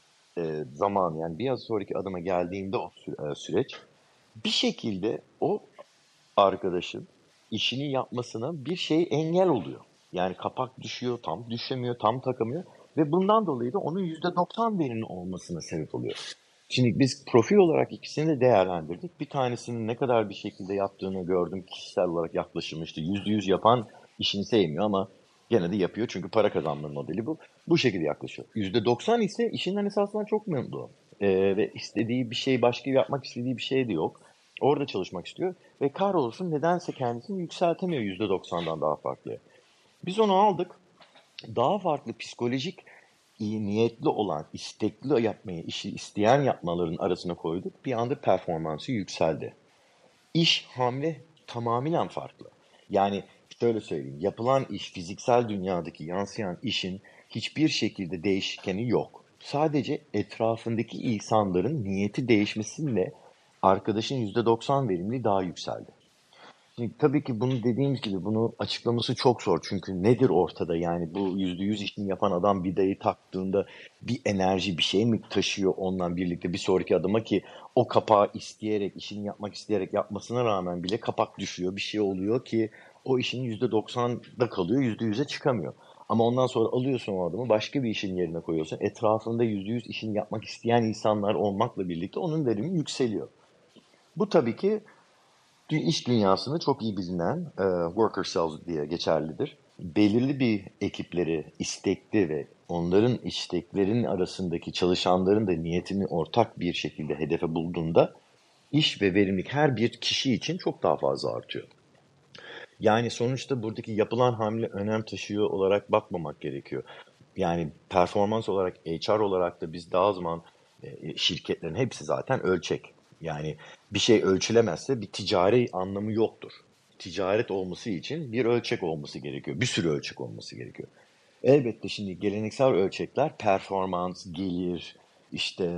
zaman, yani bir sonraki adıma geldiğinde o süreç bir şekilde o arkadaşın işini yapmasına bir şey engel oluyor. Yani kapak düşüyor, tam düşemiyor, tam takamıyor ve bundan dolayı da onun %90 verimli olmasına sebep oluyor. Şimdi biz profil olarak ikisini de değerlendirdik. Bir tanesinin ne kadar bir şekilde yaptığını gördüm. Kişisel olarak yaklaşım işte %100 yapan işini sevmiyor ama gene de yapıyor çünkü para kazanma modeli bu. Bu şekilde yaklaşıyor. %90 ise işinden esasında çok memnun. Ve istediği bir şey, başka yapmak istediği bir şey de yok. Orada çalışmak istiyor ve kahrolsun nedense kendisini yükseltemiyor %90'dan daha farklı. Biz onu aldık. Daha farklı psikolojik iyi niyetli olan, istekli yapmayı, işi isteyen yapmaların arasına koyduk. Bir anda performansı yükseldi. İş, hamle tamamen farklı. Yani şöyle söyleyeyim, yapılan iş, fiziksel dünyadaki yansıyan işin hiçbir şekilde değişkeni yok. Sadece etrafındaki insanların niyeti değişmesiyle arkadaşın %90 verimliliği daha yükseldi. Şimdi tabii ki bunu dediğimiz gibi bunu açıklaması çok zor. Çünkü nedir ortada yani bu %100 işini yapan adam vidayı taktığında bir enerji bir şey mi taşıyor ondan birlikte bir sonraki adıma ki o kapağı isteyerek işini yapmak isteyerek yapmasına rağmen bile kapak düşüyor bir şey oluyor ki o işin %90'da kalıyor %100'e çıkamıyor. Ama ondan sonra alıyorsun o adamı başka bir işin yerine koyuyorsun. Etrafında %100 işini yapmak isteyen insanlar olmakla birlikte onun verimi yükseliyor. Bu tabii ki iş dünyasında çok iyi bilinen worker cells diye geçerlidir. Belirli bir ekipleri istekli ve onların isteklerin arasındaki çalışanların da niyetini ortak bir şekilde hedefe bulduğunda iş ve verimlilik her bir kişi için çok daha fazla artıyor. Yani sonuçta buradaki yapılan hamle önem taşıyor olarak bakmamak gerekiyor. Yani performans olarak, HR olarak da biz daha zaman şirketlerin hepsi zaten ölçek. Yani bir şey ölçülemezse bir ticari anlamı yoktur. Ticaret olması için bir ölçek olması gerekiyor. Bir sürü ölçek olması gerekiyor. Elbette şimdi geleneksel ölçekler performans, gelir, işte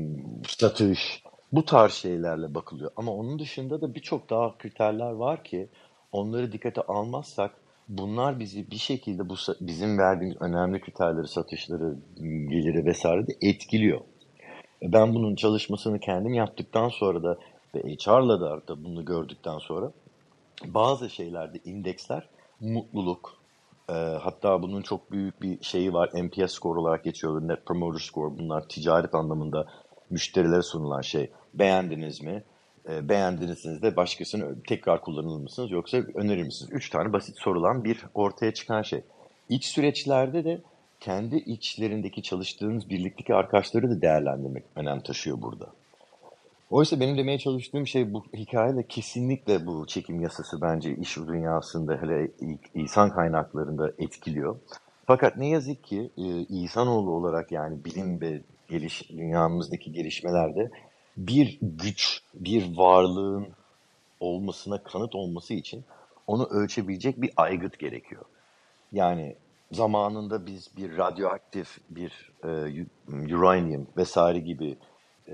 satış bu tarz şeylerle bakılıyor. Ama onun dışında da birçok daha kriterler var ki onları dikkate almazsak bunlar bizi bir şekilde bizim verdiğimiz önemli kriterleri, satışları, geliri vesaire de etkiliyor. Ben bunun çalışmasını kendim yaptıktan sonra da ve HR'la da bunu gördükten sonra bazı şeylerde indeksler mutluluk, hatta bunun çok büyük bir şeyi var. NPS score olarak geçiyor. Net Promoter Score. Bunlar ticaret anlamında müşterilere sunulan şey. Beğendiniz mi? Beğendiyseniz de başkasını tekrar kullanır mısınız yoksa önerir misiniz? 3 tane basit sorulan bir ortaya çıkan şey. İç süreçlerde de kendi içlerindeki çalıştığınız birlikteki arkadaşları da değerlendirmek önem taşıyor burada. Oysa benim demeye çalıştığım şey bu hikayede kesinlikle bu çekim yasası bence iş dünyasında hele insan kaynaklarında etkiliyor. Fakat ne yazık ki insanoğlu olarak yani bilim ve dünyamızdaki gelişmelerde bir güç, bir varlığın olmasına kanıt olması için onu ölçebilecek bir aygıt gerekiyor. Yani zamanında biz bir radyoaktif, bir uranyum vesaire gibi e,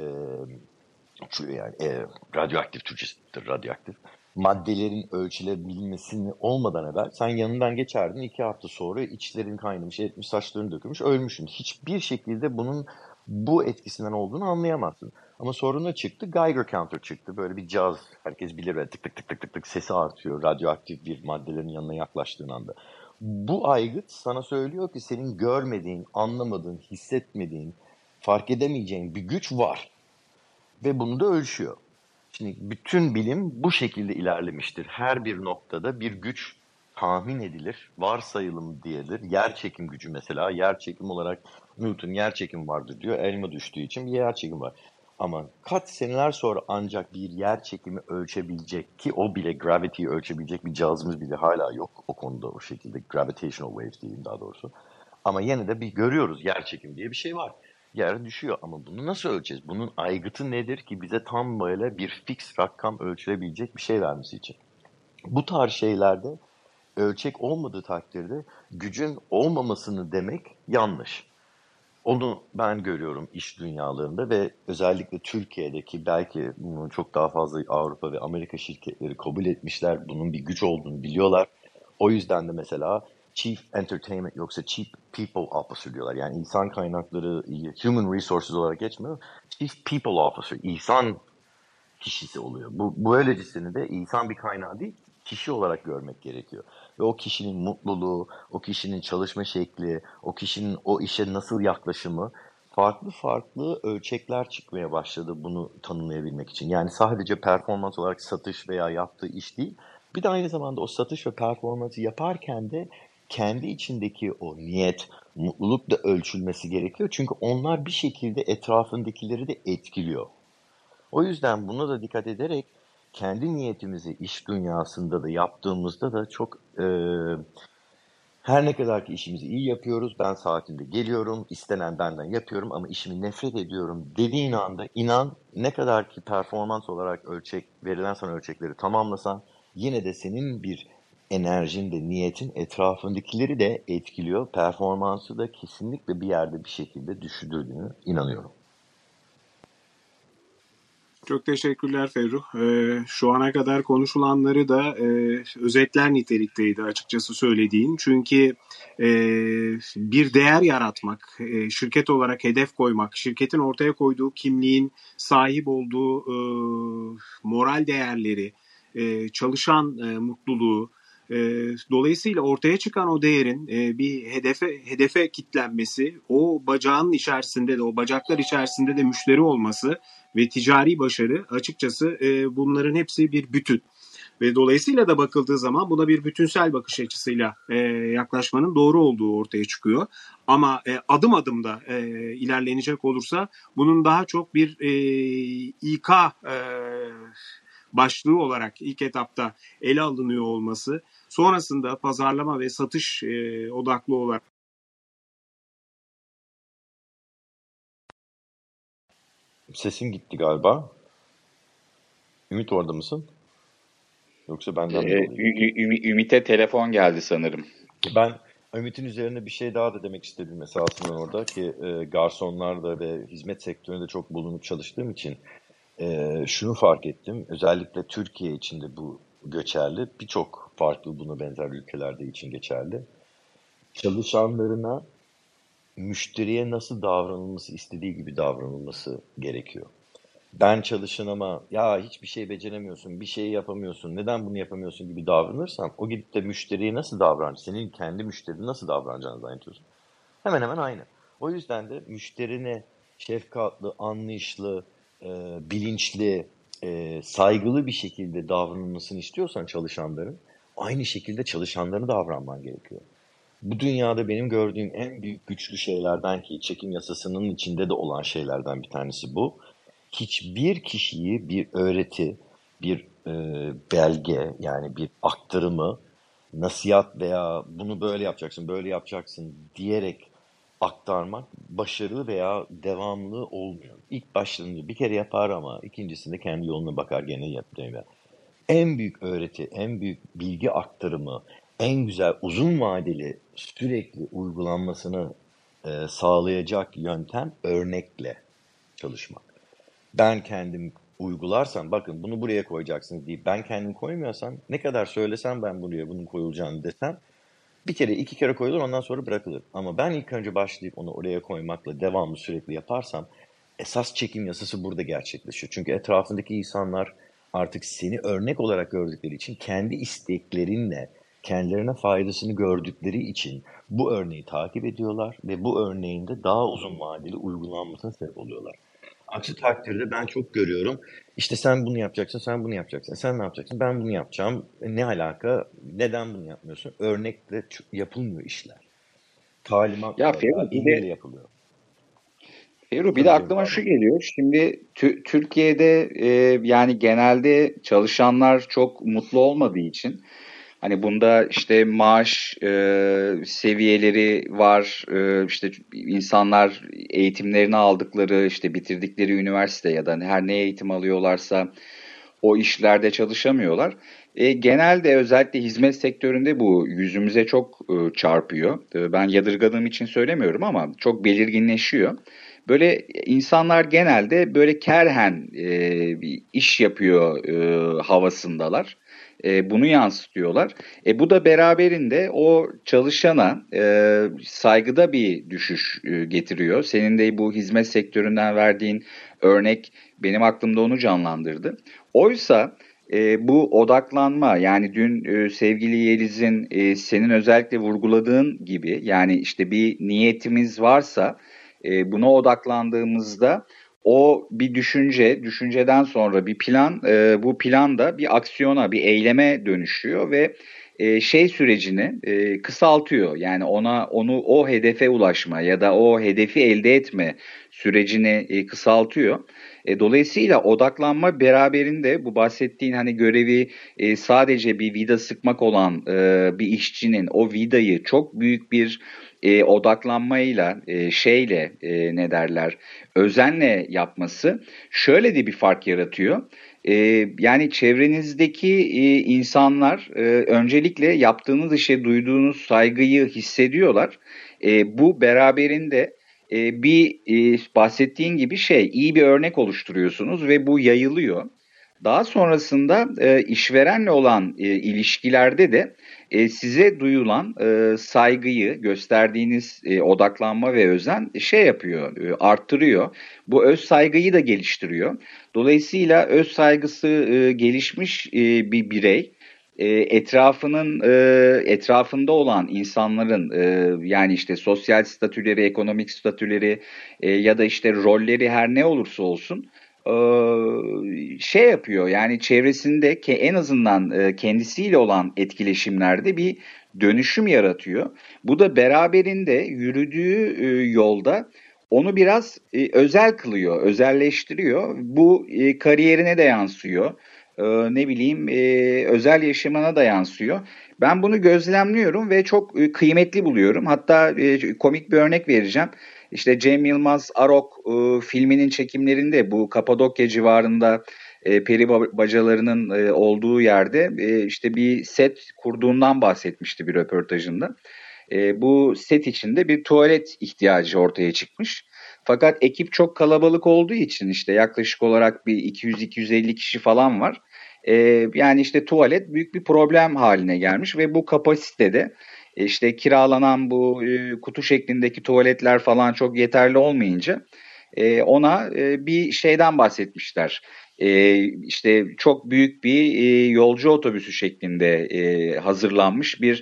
yani radyoaktif Türkçesidir radyoaktif maddelerin ölçülebilmesini olmadan evvel sen yanından geçerdin 2 hafta sonra içlerin kaynamış etmiş saçlarını dökülmüş ölmüşsün. Hiçbir şekilde bunun bu etkisinden olduğunu anlayamazsın. Ama sonra ne çıktı? Geiger counter çıktı. Böyle bir caz. Herkes bilir ve tık tık tık tık tık tık sesi artıyor radyoaktif bir maddelerin yanına yaklaştığın anda. Bu aygıt sana söylüyor ki senin görmediğin, anlamadığın, hissetmediğin, fark edemeyeceğin bir güç var. Ve bunu da ölçüyor. Şimdi bütün bilim bu şekilde ilerlemiştir. Her bir noktada bir güç tahmin edilir, varsayılım diyedir. Yer çekim gücü mesela, yer çekim olarak Newton yer çekim vardır diyor. Elma düştüğü için bir yer çekim var. Ama kaç seneler sonra ancak bir yer çekimi ölçebilecek ki o bile gravity'yi ölçebilecek bir cihazımız bile hala yok o konuda o şekilde. Gravitational waves diyeyim daha doğrusu. Ama yine de bir görüyoruz yer çekim diye bir şey var. Yer düşüyor ama bunu nasıl ölçeceğiz? Bunun aygıtı nedir ki bize tam böyle bir fix rakam ölçülebilecek bir şey vermesi için? Bu tarz şeylerde ölçek olmadığı takdirde gücün olmamasını demek yanlış. Onu ben görüyorum iş dünyalarında ve özellikle Türkiye'deki belki bunu çok daha fazla Avrupa ve Amerika şirketleri kabul etmişler. Bunun bir güç olduğunu biliyorlar. O yüzden de mesela Chief Entertainment yoksa Chief People Officer diyorlar. Yani insan kaynakları, Human Resources olarak geçmiyor. Chief People Officer, insan kişisi oluyor. Bu böylecesini de insan bir kaynağı değil, kişi olarak görmek gerekiyor. Ve o kişinin mutluluğu, o kişinin çalışma şekli, o kişinin o işe nasıl yaklaşımı farklı farklı ölçekler çıkmaya başladı bunu tanımlayabilmek için. Yani sadece performans olarak satış veya yaptığı iş değil, bir de aynı zamanda o satış ve performansı yaparken de kendi içindeki o niyet, mutluluk da ölçülmesi gerekiyor. Çünkü onlar bir şekilde etrafındakileri de etkiliyor. O yüzden buna da dikkat ederek kendi niyetimizi iş dünyasında da yaptığımızda da çok her ne kadar ki işimizi iyi yapıyoruz, ben saatinde geliyorum, istenen benden yapıyorum ama işimi nefret ediyorum dediğin anda inan ne kadar ki performans olarak verilen sana ölçekleri tamamlasan yine de senin bir enerjin de niyetin etrafındakileri de etkiliyor. Performansı da kesinlikle bir yerde bir şekilde düşürdüğünü inanıyorum. Çok teşekkürler Ferruh. Şu ana kadar konuşulanları da özetler nitelikteydi açıkçası söylediğin. Çünkü bir değer yaratmak, şirket olarak hedef koymak, şirketin ortaya koyduğu kimliğin sahip olduğu moral değerleri, çalışan mutluluğu, dolayısıyla ortaya çıkan o değerin bir hedefe kitlenmesi, o bacağın içerisinde de, o bacaklar içerisinde de müşteri olması ve ticari başarı, açıkçası bunların hepsi bir bütün. Ve dolayısıyla da bakıldığı zaman buna bir bütünsel bakış açısıyla yaklaşmanın doğru olduğu ortaya çıkıyor. Ama adım adım da ilerlenecek olursa bunun daha çok bir İK başlığı olarak ilk etapta ele alınıyor olması, sonrasında pazarlama ve satış odaklı olarak. Sesin gitti galiba. Ümit orada mısın? Yoksa benden mi dolayı? Ümit'e telefon geldi sanırım. Ben Ümit'in üzerine bir şey daha da demek istedim esasında orada ki garsonlarda ve hizmet sektöründe çok bulunup çalıştığım için şunu fark ettim. Özellikle Türkiye içinde bu geçerli. Birçok farklı buna benzer ülkelerde için geçerli. Çalışanlarına müşteriye nasıl davranılması istediği gibi davranılması gerekiyor. Ben çalışanıma ya hiçbir şey beceremiyorsun, bir şey yapamıyorsun, neden bunu yapamıyorsun gibi davranırsam o gidip de müşteriye nasıl davranacak, senin kendi müşterine nasıl davranacağını zannediyorsun. Hemen hemen aynı. O yüzden de müşterine şefkatli, anlayışlı, bilinçli, saygılı bir şekilde davranılmasını istiyorsan çalışanların, aynı şekilde çalışanlarına davranman gerekiyor. Bu dünyada benim gördüğüm en büyük güçlü şeylerden ki çekim yasasının içinde de olan şeylerden bir tanesi bu. Hiçbir kişiyi bir öğreti, bir belge yani bir aktarımı, nasihat veya bunu böyle yapacaksın, böyle yapacaksın diyerek aktarmak başarılı veya devamlı olmuyor. İlk başladığında bir kere yapar ama ikincisinde kendi yoluna bakar gene yapmıyor. En büyük öğreti, en büyük bilgi aktarımı, en güzel uzun vadeli sürekli uygulanmasını sağlayacak yöntem örnekle çalışmak. Ben kendim uygularsam bakın bunu buraya koyacaksınız deyip ben kendim koymuyorsam ne kadar söylesem ben buraya bunun koyulacağını desem bir kere iki kere koyulur ondan sonra bırakılır. Ama ben ilk önce başlayıp onu oraya koymakla devamlı sürekli yaparsam esas çekim yasası burada gerçekleşiyor. Çünkü etrafındaki insanlar artık seni örnek olarak gördükleri için kendi isteklerinle kendilerine faydasını gördükleri için bu örneği takip ediyorlar ve bu örneğin de daha uzun vadeli uygulanmasına sebep oluyorlar. Aksi takdirde ben çok görüyorum. İşte sen bunu yapacaksın, sen bunu yapacaksın. Sen ne yapacaksın? Ben bunu yapacağım. Ne alaka? Neden bunu yapmıyorsun? Örnekle yapılmıyor işler. Talimatla Ya veya emirle yapılıyor. Ferruh bir de aklıma şu geliyor. Şimdi Türkiye'de yani genelde çalışanlar çok mutlu olmadığı için hani bunda işte maaş seviyeleri var, işte insanlar eğitimlerini aldıkları, işte bitirdikleri üniversite ya da her ne eğitim alıyorlarsa o işlerde çalışamıyorlar. Genelde özellikle hizmet sektöründe bu yüzümüze çok çarpıyor. Ben yadırgadığım için söylemiyorum ama çok belirginleşiyor. Böyle insanlar genelde böyle kerhen bir iş yapıyor havasındalar. Bunu yansıtıyorlar. Bu da beraberinde o çalışana saygıda bir düşüş getiriyor. Senin de bu hizmet sektöründen verdiğin örnek benim aklımda onu canlandırdı. Oysa bu odaklanma yani dün sevgili Yeliz'in senin özellikle vurguladığın gibi yani işte bir niyetimiz varsa buna odaklandığımızda o bir düşünceden sonra bir plan, bu plan da bir aksiyona, bir eyleme dönüşüyor ve şey sürecini kısaltıyor. Yani onu o hedefe ulaşma ya da o hedefi elde etme sürecini kısaltıyor. Dolayısıyla odaklanma beraberinde bu bahsettiğin hani görevi sadece bir vida sıkmak olan bir işçinin o vidayı çok büyük bir odaklanmayla ne derler özenle yapması şöyle de bir fark yaratıyor. Yani çevrenizdeki insanlar öncelikle yaptığınız işe duyduğunuz saygıyı hissediyorlar. Bu beraberinde bahsettiğin gibi iyi bir örnek oluşturuyorsunuz ve bu yayılıyor. Daha sonrasında işverenle olan ilişkilerde de size duyulan saygıyı, gösterdiğiniz odaklanma ve özen yapıyor, arttırıyor. Bu öz saygıyı da geliştiriyor. Dolayısıyla öz saygısı gelişmiş bir birey etrafında olan insanların yani işte sosyal statüleri, ekonomik statüleri ya da işte rolleri her ne olursa olsun yapıyor. Yani çevresinde en azından kendisiyle olan etkileşimlerde bir dönüşüm yaratıyor. Bu da beraberinde yürüdüğü yolda onu biraz özel kılıyor, özelleştiriyor. Bu kariyerine de yansıyor. Ne bileyim özel yaşamına da yansıyor. Ben bunu gözlemliyorum ve çok kıymetli buluyorum. Hatta komik bir örnek vereceğim. İşte Cem Yılmaz Arok filminin çekimlerinde bu Kapadokya civarında peri bacalarının olduğu yerde işte bir set kurduğundan bahsetmişti bir röportajında. Bu set içinde bir tuvalet ihtiyacı ortaya çıkmış. Fakat ekip çok kalabalık olduğu için işte yaklaşık olarak bir 200-250 kişi falan var. Yani işte tuvalet büyük bir problem haline gelmiş ve bu kapasitede işte kiralanan bu kutu şeklindeki tuvaletler falan çok yeterli olmayınca ona bir şeyden bahsetmişler. İşte çok büyük bir yolcu otobüsü şeklinde hazırlanmış bir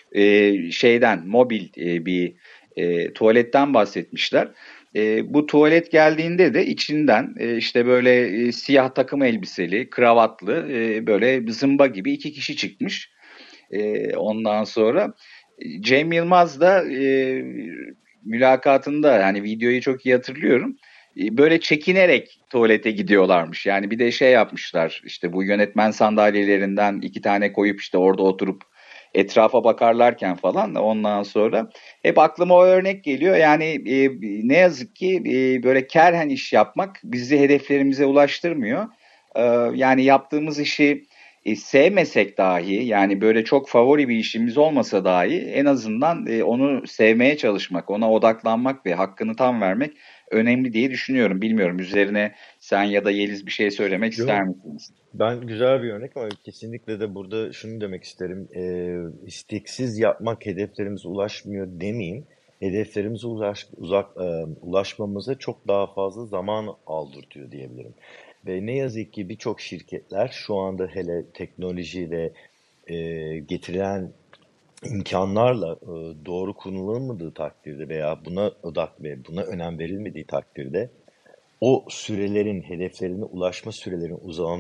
mobil bir tuvaletten bahsetmişler. Bu tuvalet geldiğinde de içinden işte böyle siyah takım elbiseli, kravatlı böyle zımba gibi 2 kişi çıkmış. Ondan sonra Cem Yılmaz da mülakatında yani videoyu çok iyi hatırlıyorum. Böyle çekinerek tuvalete gidiyorlarmış. Yani bir de yapmışlar. İşte bu yönetmen sandalyelerinden 2 tane koyup işte orada oturup etrafa bakarlarken falan ondan sonra hep aklıma o örnek geliyor. Yani ne yazık ki böyle kerhen iş yapmak bizi hedeflerimize ulaştırmıyor. Yani yaptığımız işi sevmesek dahi yani böyle çok favori bir işimiz olmasa dahi en azından onu sevmeye çalışmak, ona odaklanmak ve hakkını tam vermek önemli diye düşünüyorum. Bilmiyorum üzerine sen ya da Yeliz bir şey söylemek ister Yok, misiniz? ben güzel bir örnek ama kesinlikle de burada şunu demek isterim. İsteksiz yapmak hedeflerimize ulaşmıyor demeyeyim. Hedeflerimize ulaşmamıza çok daha fazla zaman aldırtıyor diyebilirim. Ve ne yazık ki birçok şirketler şu anda hele teknoloji ve getirilen imkanlarla doğru kullanılmadığı takdirde veya buna odak ve buna önem verilmediği takdirde o sürelerin, hedeflerine ulaşma sürelerinin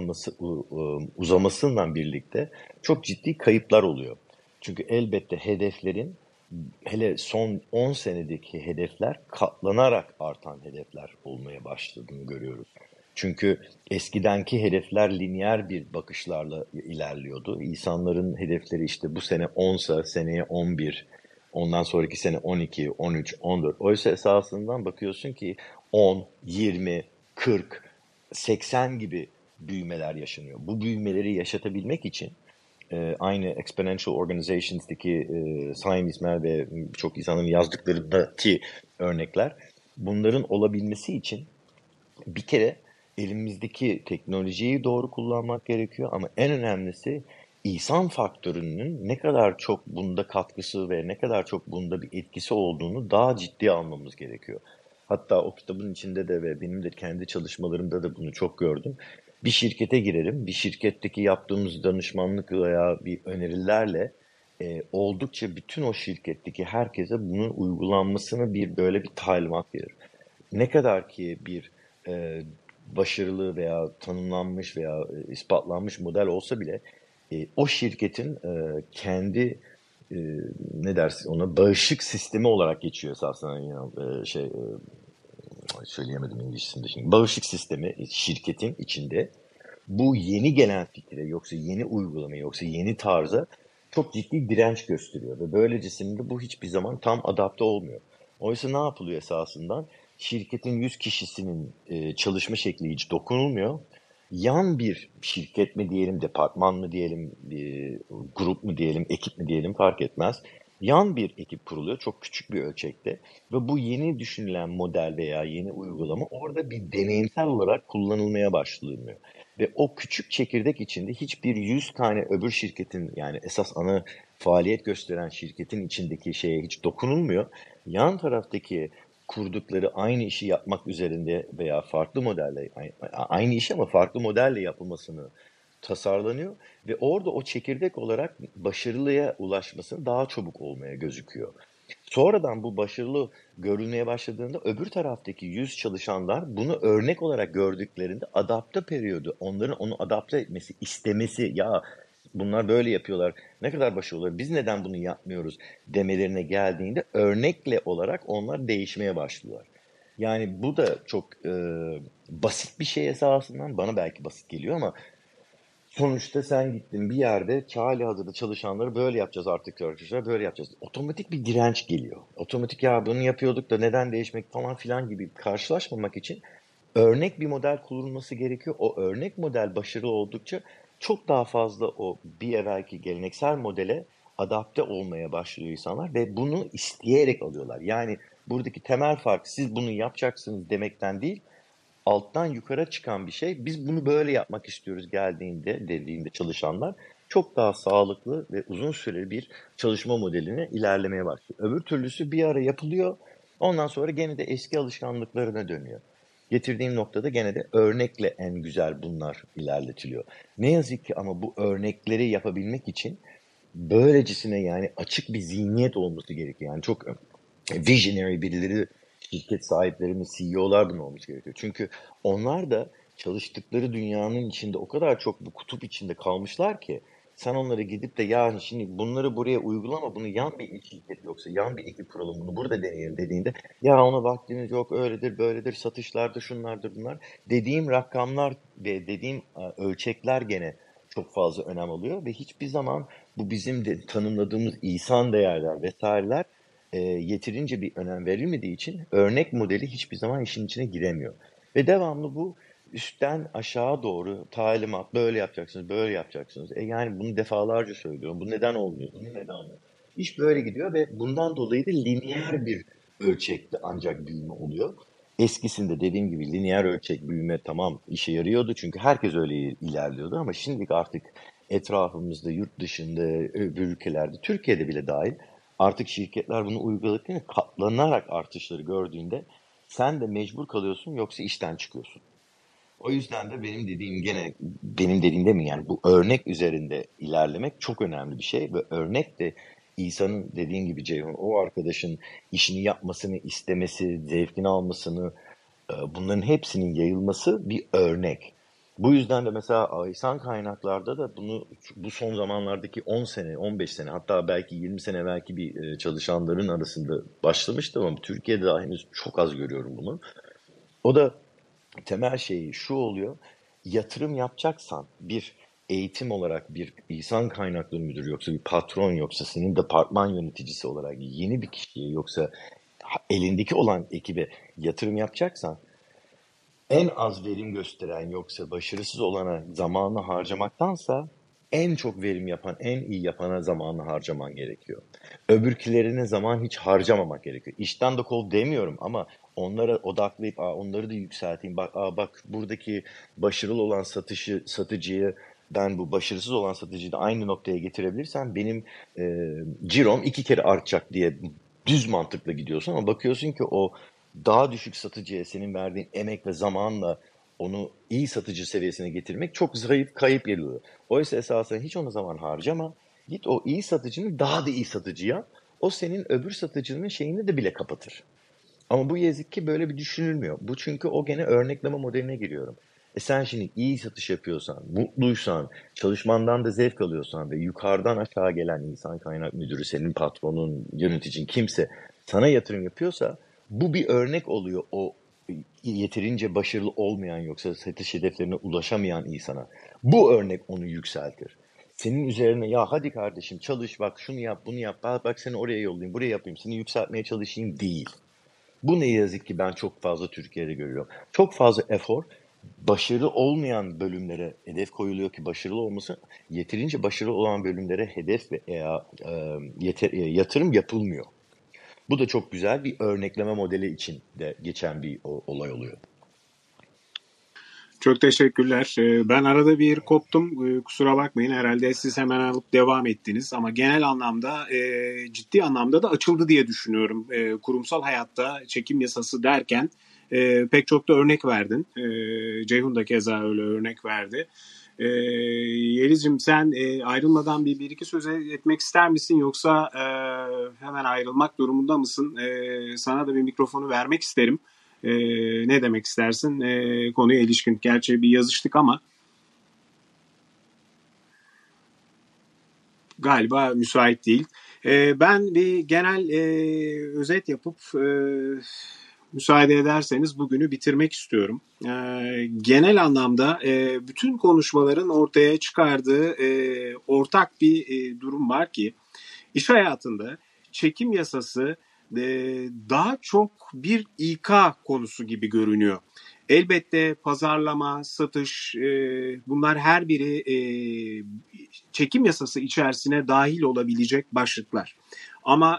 uzamasından birlikte çok ciddi kayıplar oluyor. Çünkü elbette hedeflerin, hele son 10 senedeki hedefler katlanarak artan hedefler olmaya başladığını görüyoruz. Çünkü eskidenki hedefler lineer bir bakışlarla ilerliyordu. İnsanların hedefleri işte bu sene 10'sa seneye 11, ondan sonraki sene 12, 13, 14. Oysa esasından bakıyorsun ki 10, 20, 40, 80 gibi büyümeler yaşanıyor. Bu büyümeleri yaşatabilmek için aynı Exponential Organizations'daki Sayın İsmail ve çok insanların yazdıklarındaki örnekler, bunların olabilmesi için bir kere elimizdeki teknolojiyi doğru kullanmak gerekiyor ama en önemlisi insan faktörünün ne kadar çok bunda katkısı ve ne kadar çok bunda bir etkisi olduğunu daha ciddiye almamız gerekiyor. Hatta o kitabın içinde de ve benim de kendi çalışmalarımda da bunu çok gördüm. Bir şirkete girerim, bir şirketteki yaptığımız danışmanlık veya bir önerilerle oldukça bütün o şirketteki herkese bunun uygulanmasını böyle bir talimat verir. Ne kadar ki bir başarılı veya tanımlanmış veya ispatlanmış model olsa bile o şirketin kendi ne dersin ona bağışık sistemi olarak geçiyor esasında söyleyemedim İngilizcesinde şimdi. Bağışık sistemi şirketin içinde bu yeni gelen fikre yoksa yeni uygulamaya yoksa yeni tarza çok ciddi direnç gösteriyor ve böylecesinde bu hiçbir zaman tam adapte olmuyor. Oysa ne yapılıyor esasından? Şirketin 100 kişisinin çalışma şekli hiç dokunulmuyor. Yan bir şirket mi diyelim, departman mı diyelim, grup mu diyelim, ekip mi diyelim fark etmez. yan bir ekip kuruluyor çok küçük bir ölçekte ve bu yeni düşünülen model veya yeni uygulama orada bir deneyimsel olarak kullanılmaya başlanıyor. Ve o küçük çekirdek içinde hiçbir 100 tane öbür şirketin yani esas ana faaliyet gösteren şirketin içindeki şeye hiç dokunulmuyor. Yan taraftaki kurdukları aynı işi yapmak üzerinde veya farklı modelle aynı iş ama farklı modelle yapılmasını tasarlanıyor ve orada o çekirdek olarak başarılıya ulaşmasının daha çabuk olmaya gözüküyor. Sonradan bu başarılı görülmeye başladığında öbür taraftaki 100 çalışanlar bunu örnek olarak gördüklerinde adapte periyodu, onların onu adapte etmesi, istemesi, ya bunlar böyle yapıyorlar, ne kadar başarılılar, biz neden bunu yapmıyoruz demelerine geldiğinde örnekle olarak onlar değişmeye başlıyorlar. Yani bu da çok basit bir şey esasından, bana belki basit geliyor ama sonuçta sen gittin bir yerde hali hazırda çalışanları böyle yapacağız artık arkadaşlar, böyle yapacağız. Otomatik bir direnç geliyor. Otomatik ya bunu yapıyorduk da neden değişmek falan filan gibi karşılaşmamak için örnek bir model kurulması gerekiyor. O örnek model başarılı oldukça çok daha fazla o bir evvelki geleneksel modele adapte olmaya başlıyor insanlar ve bunu isteyerek alıyorlar. Yani buradaki temel fark siz bunu yapacaksınız demekten değil, alttan yukarı çıkan bir şey. Biz bunu böyle yapmak istiyoruz dediğinde çalışanlar çok daha sağlıklı ve uzun süreli bir çalışma modeline ilerlemeye başlıyor. Öbür türlüsü bir ara yapılıyor. Ondan sonra gene de eski alışkanlıklarına dönüyor. Getirdiğim noktada gene de örnekle en güzel bunlar ilerletiliyor. Ne yazık ki ama bu örnekleri yapabilmek için böylecisine yani açık bir zihniyet olması gerekiyor. Yani çok visionary birileri, şirket sahiplerimiz, CEO'lar bunun olması gerekiyor. Çünkü onlar da çalıştıkları dünyanın içinde o kadar çok bu kutup içinde kalmışlar ki sen onlara gidip de ya şimdi bunları buraya uygulama, bunu yan bir şirket yoksa yan bir ekip kuralım, bunu burada deneyelim dediğinde ya ona vaktiniz yok, öyledir böyledir, satışlarda şunlardır bunlar. Dediğim rakamlar ve dediğim ölçekler gene çok fazla önem alıyor ve hiçbir zaman bu bizim de tanımladığımız insan değerler vesaireler yeterince bir önem verilmediği için örnek modeli hiçbir zaman işin içine giremiyor. Ve devamlı bu üstten aşağı doğru talimat, böyle yapacaksınız, böyle yapacaksınız. Yani bunu defalarca söylüyorum. Bu neden olmuyor? Bu neden olmuyor? İş böyle gidiyor ve bundan dolayı da lineer bir ölçekte ancak büyüme oluyor. Eskisinde dediğim gibi lineer ölçek büyüme tamam işe yarıyordu çünkü herkes öyle ilerliyordu ama şimdi artık etrafımızda, yurt dışında, öbür ülkelerde, Türkiye'de bile dahil artık şirketler bunu uyguladıklarında katlanarak artışları gördüğünde sen de mecbur kalıyorsun yoksa işten çıkıyorsun. O yüzden de benim dediğim mi yani bu örnek üzerinde ilerlemek çok önemli bir şey ve örnek de insanın dediğin gibi Ceyhun o arkadaşın işini yapmasını istemesi, zevkini almasını bunların hepsinin yayılması bir örnek. Bu yüzden de mesela insan kaynaklarda da bunu bu son zamanlardaki 10 sene, 15 sene hatta belki 20 sene belki bir çalışanların arasında başlamıştı ama Türkiye'de daha henüz çok az görüyorum bunu. O da temel şeyi şu oluyor. Yatırım yapacaksan bir eğitim olarak bir insan kaynakları müdürü yoksa bir patron yoksa senin departman yöneticisi olarak yeni bir kişiye yoksa elindeki olan ekibe yatırım yapacaksan en az verim gösteren yoksa başarısız olana zamanı harcamaktansa en çok verim yapan, en iyi yapana zamanı harcaman gerekiyor. Öbürkülerine zaman hiç harcamamak gerekiyor. İşten de kov demiyorum ama onlara odaklayıp onları da yükselteyim. Bak buradaki başarılı olan satıcıyı ben bu başarısız olan satıcıyı da aynı noktaya getirebilirsem benim cirom 2 kere artacak diye düz mantıkla gidiyorsun ama bakıyorsun ki o daha düşük satıcıya senin verdiğin emek ve zamanla onu iyi satıcı seviyesine getirmek çok zayıf, kayıp geliyor. Oysa esasen hiç ona zaman harcama. Git o iyi satıcını daha da iyi satıcı yap. O senin öbür satıcının şeyini de bile kapatır. Ama bu yazık ki böyle bir düşünülmüyor. Bu çünkü o gene örnekleme modeline giriyorum. Sen şimdi iyi satış yapıyorsan, mutluysan, çalışmandan da zevk alıyorsan ve yukarıdan aşağı gelen insan kaynak müdürü, senin patronun, yöneticin kimse sana yatırım yapıyorsa bu bir örnek oluyor o yeterince başarılı olmayan yoksa satış hedeflerine ulaşamayan insana. Bu örnek onu yükseltir. Senin üzerine ya hadi kardeşim çalış bak şunu yap bunu yap bak seni oraya yollayayım buraya yapayım seni yükseltmeye çalışayım değil. Bu ne yazık ki ben çok fazla Türkiye'de görüyorum. Çok fazla efor başarılı olmayan bölümlere hedef koyuluyor ki başarılı olması, yeterince başarılı olan bölümlere hedef veya yatırım yapılmıyor. Bu da çok güzel bir örnekleme modeli için de geçen bir olay oluyor. Çok teşekkürler. Ben arada bir koptum. Kusura bakmayın. Herhalde siz hemen alıp devam ettiniz. Ama genel anlamda, ciddi anlamda da açıldı diye düşünüyorum. Kurumsal hayatta çekim yasası derken pek çok da örnek verdin. Ceyhun da keza öyle örnek verdi. Yeliz'cim sen ayrılmadan bir iki söz etmek ister misin? Yoksa hemen ayrılmak durumunda mısın? Sana da bir mikrofonu vermek isterim. Ne demek istersin konuya ilişkin? Gerçi bir yazıştık ama galiba müsait değil. Ben bir genel özet yapıp müsaade ederseniz bugünü bitirmek istiyorum. Genel anlamda bütün konuşmaların ortaya çıkardığı ortak bir durum var ki iş hayatında çekim yasası daha çok bir İK konusu gibi görünüyor. Elbette pazarlama, satış bunlar her biri çekim yasası içerisine dahil olabilecek başlıklar. Ama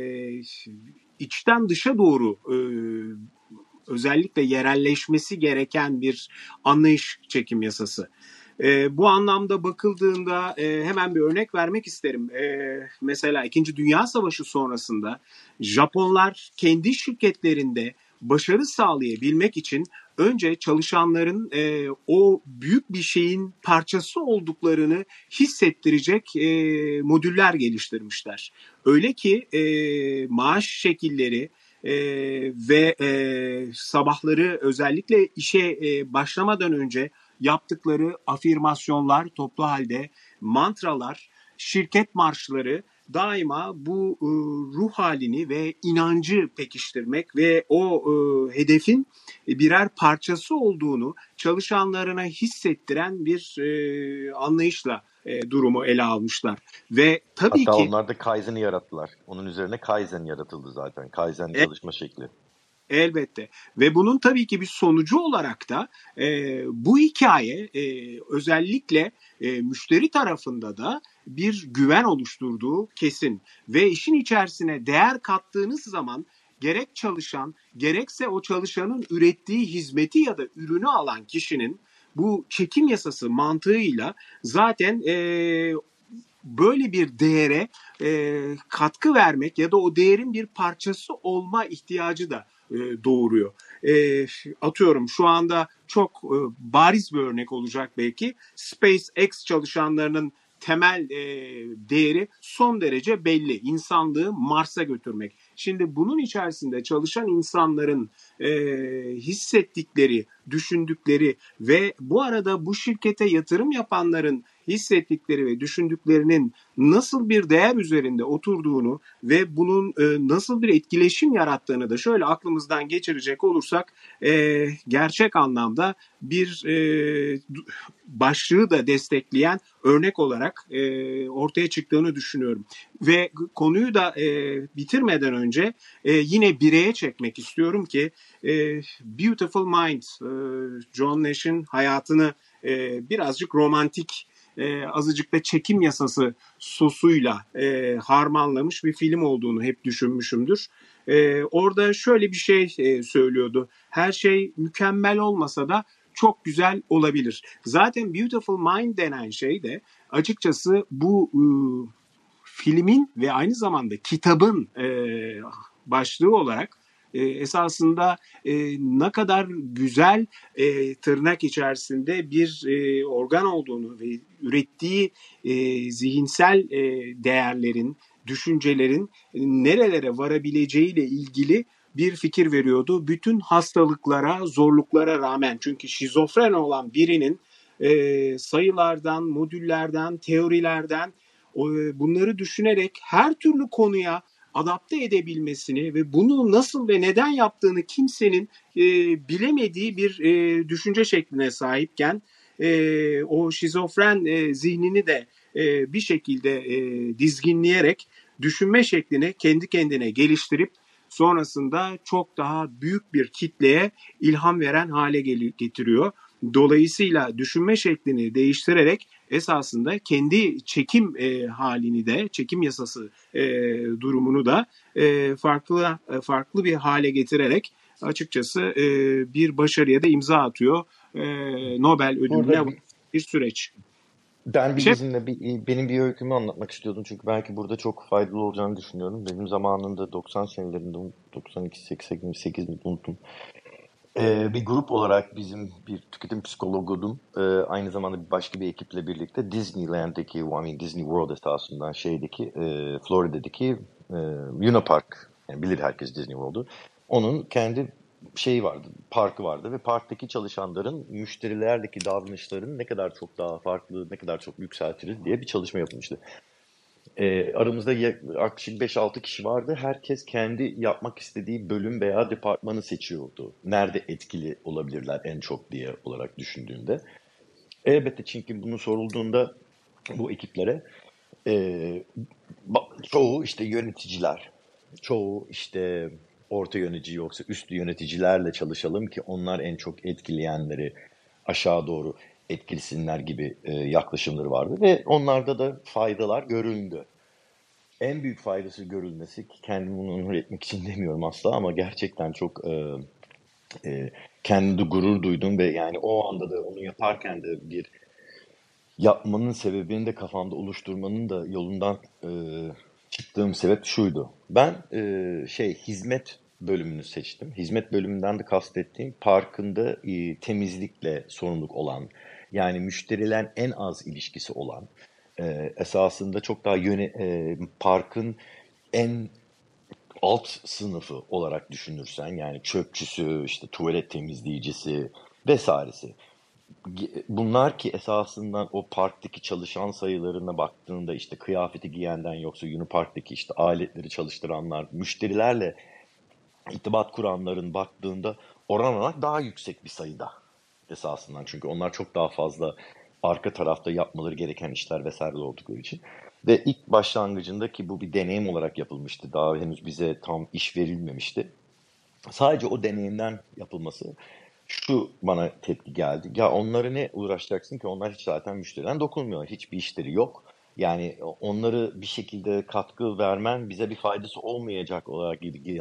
içten dışa doğru özellikle yerelleşmesi gereken bir anlayış çekim yasası. Bu anlamda bakıldığında hemen bir örnek vermek isterim. Mesela 2. Dünya Savaşı sonrasında Japonlar kendi şirketlerinde başarı sağlayabilmek için önce çalışanların o büyük bir şeyin parçası olduklarını hissettirecek modüller geliştirmişler. Öyle ki maaş şekilleri ve sabahları özellikle işe başlamadan önce yaptıkları afirmasyonlar, toplu halde mantralar, şirket marşları daima bu ruh halini ve inancı pekiştirmek ve o hedefin birer parçası olduğunu çalışanlarına hissettiren bir anlayışla durumu ele almışlar. Ve tabii hatta ki onlar da Kaizen'i yarattılar. Onun üzerine Kaizen yaratıldı zaten. Kaizen çalışma şekli. Elbette. Ve bunun tabii ki bir sonucu olarak da bu hikaye özellikle müşteri tarafında da bir güven oluşturduğu kesin. Ve işin içerisine değer kattığınız zaman gerek çalışan gerekse o çalışanın ürettiği hizmeti ya da ürünü alan kişinin bu çekim yasası mantığıyla zaten böyle bir değere katkı vermek ya da o değerin bir parçası olma ihtiyacı da doğuruyor. Atıyorum şu anda çok bariz bir örnek olacak belki. SpaceX çalışanlarının temel değeri son derece belli. İnsanlığı Mars'a götürmek. Şimdi bunun içerisinde çalışan insanların hissettikleri, düşündükleri ve bu arada bu şirkete yatırım yapanların hissettikleri ve düşündüklerinin nasıl bir değer üzerinde oturduğunu ve bunun nasıl bir etkileşim yarattığını da şöyle aklımızdan geçirecek olursak gerçek anlamda bir başlığı da destekleyen örnek olarak ortaya çıktığını düşünüyorum. Ve konuyu da bitirmeden önce yine bireye çekmek istiyorum ki Beautiful Mind, John Nash'in hayatını birazcık romantik, azıcık da çekim yasası sosuyla harmanlamış bir film olduğunu hep düşünmüşümdür. Orada şöyle bir şey söylüyordu. Her şey mükemmel olmasa da çok güzel olabilir. Zaten Beautiful Mind denen şey de açıkçası bu filmin ve aynı zamanda kitabın başlığı olarak esasında ne kadar güzel tırnak içerisinde bir organ olduğunu ve ürettiği zihinsel değerlerin, düşüncelerin nerelere varabileceğiyle ilgili bir fikir veriyordu. Bütün hastalıklara, zorluklara rağmen, çünkü şizofren olan birinin sayılardan, modüllerden, teorilerden bunları düşünerek her türlü konuya adapte edebilmesini ve bunu nasıl ve neden yaptığını kimsenin bilemediği bir düşünce şekline sahipken o şizofren zihnini de bir şekilde dizginleyerek düşünme şeklini kendi kendine geliştirip sonrasında çok daha büyük bir kitleye ilham veren hale getiriyor. Dolayısıyla düşünme şeklini değiştirerek esasında kendi çekim halini de, çekim yasası durumunu da farklı bir hale getirerek açıkçası bir başarıya da imza atıyor. Nobel ödülüne Burada bir süreç. ben bir Şey, izinle benim bir öykümü anlatmak istiyordum çünkü belki burada çok faydalı olacağını düşünüyorum. Benim zamanında 90 senelerinde 92, 88 mi unuttum. Bir grup olarak bizim bir tüketim psikologudum. Aynı zamanda başka bir ekiple birlikte Disneyland'deki, Disney World esasından Florida'daki Luna Park, yani bilir herkes Disney World'u. Onun kendi şeyi vardı, parkı vardı ve parktaki çalışanların müşterilerdeki davranışlarını ne kadar çok daha farklı, ne kadar çok yükseltiriz diye bir çalışma yapılmıştı. Aramızda yaklaşık 5-6 kişi vardı. Herkes kendi yapmak istediği bölüm veya departmanı seçiyordu. Nerede etkili olabilirler en çok diye olarak düşündüğünde. Elbette çünkü bunu sorulduğunda bu ekiplere çoğu işte yöneticiler, çoğu işte orta yönetici yoksa üst yöneticilerle çalışalım ki onlar en çok etkileyenleri aşağı doğru etkilesinler gibi yaklaşımları vardı ve onlarda da faydalar görüldü. En büyük faydası görülmesi ki kendimi bunu onur etmek için demiyorum asla ama gerçekten çok kendimde gurur duydum ve yani o anda da onu yaparken de bir yapmanın sebebini de kafamda oluşturmanın da yolundan çıktığım sebep şuydu. Ben hizmet bölümünü seçtim. Hizmet bölümünden de kastettiğim parkında temizlikle sorumluluk olan yani müşterilerin en az ilişkisi olan esasında çok daha parkın en alt sınıfı olarak düşünürsen yani çöpçüsü, işte tuvalet temizleyicisi vesairesi. Bunlar ki esasından o parktaki çalışan sayılarına baktığında işte kıyafeti giyenden yoksa Unipark'taki işte aletleri çalıştıranlar, müşterilerle irtibat kuranların baktığında oran olarak daha yüksek bir sayıda esasından. Çünkü onlar çok daha fazla arka tarafta yapmaları gereken işler vesaire oldukları için. Ve ilk başlangıcında ki bu bir deneyim olarak yapılmıştı. Daha henüz bize tam iş verilmemişti. Sadece o deneyimden yapılması şu bana tepki geldi. Ya onları ne uğraşacaksın ki onlar hiç zaten müşteriden dokunmuyor. Hiçbir işleri yok. Yani onları bir şekilde katkı vermen bize bir faydası olmayacak olarak gibi.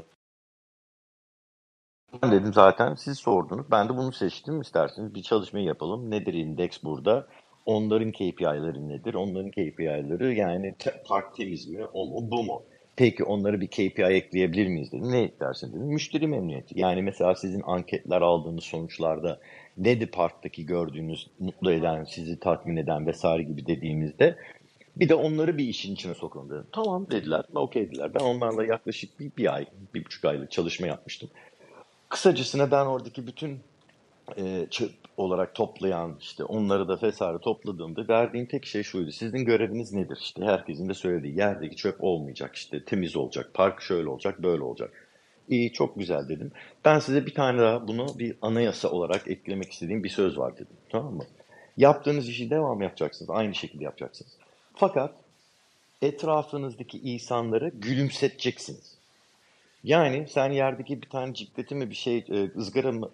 Ben dedim zaten siz sordunuz. Ben de bunu seçtim. İsterseniz bir çalışma yapalım. Nedir indeks burada? Onların KPI'leri nedir? Onların KPI'leri yani park temiz mi? O mu bu mu? Peki onları bir KPI ekleyebilir miyiz dedim. Ne eklersin dedim. Müşteri memnuniyeti. Yani mesela sizin anketler aldığınız sonuçlarda nedir parktaki gördüğünüz mutlu eden, sizi tatmin eden vesaire gibi dediğimizde bir de onları bir işin içine sokalım dedim. Tamam dediler. Okey dediler. Ben onlarla yaklaşık bir ay, 1,5 aylık çalışma yapmıştım. Kısacasına ben oradaki bütün çöp olarak toplayan işte onları da vesaire topladığımda verdiğim tek şey şuydu. Sizin göreviniz nedir? İşte herkesin de söylediği yerdeki çöp olmayacak, işte temiz olacak, park şöyle olacak, böyle olacak. İyi, çok güzel dedim. Ben size bir tane daha bunu bir anayasa olarak eklemek istediğim bir söz var dedim. Tamam mı? Yaptığınız işi devam yapacaksınız. Aynı şekilde yapacaksınız. Fakat etrafınızdaki insanları gülümseteceksiniz. Yani sen yerdeki bir tane cikleti mi bir şey ızgara mı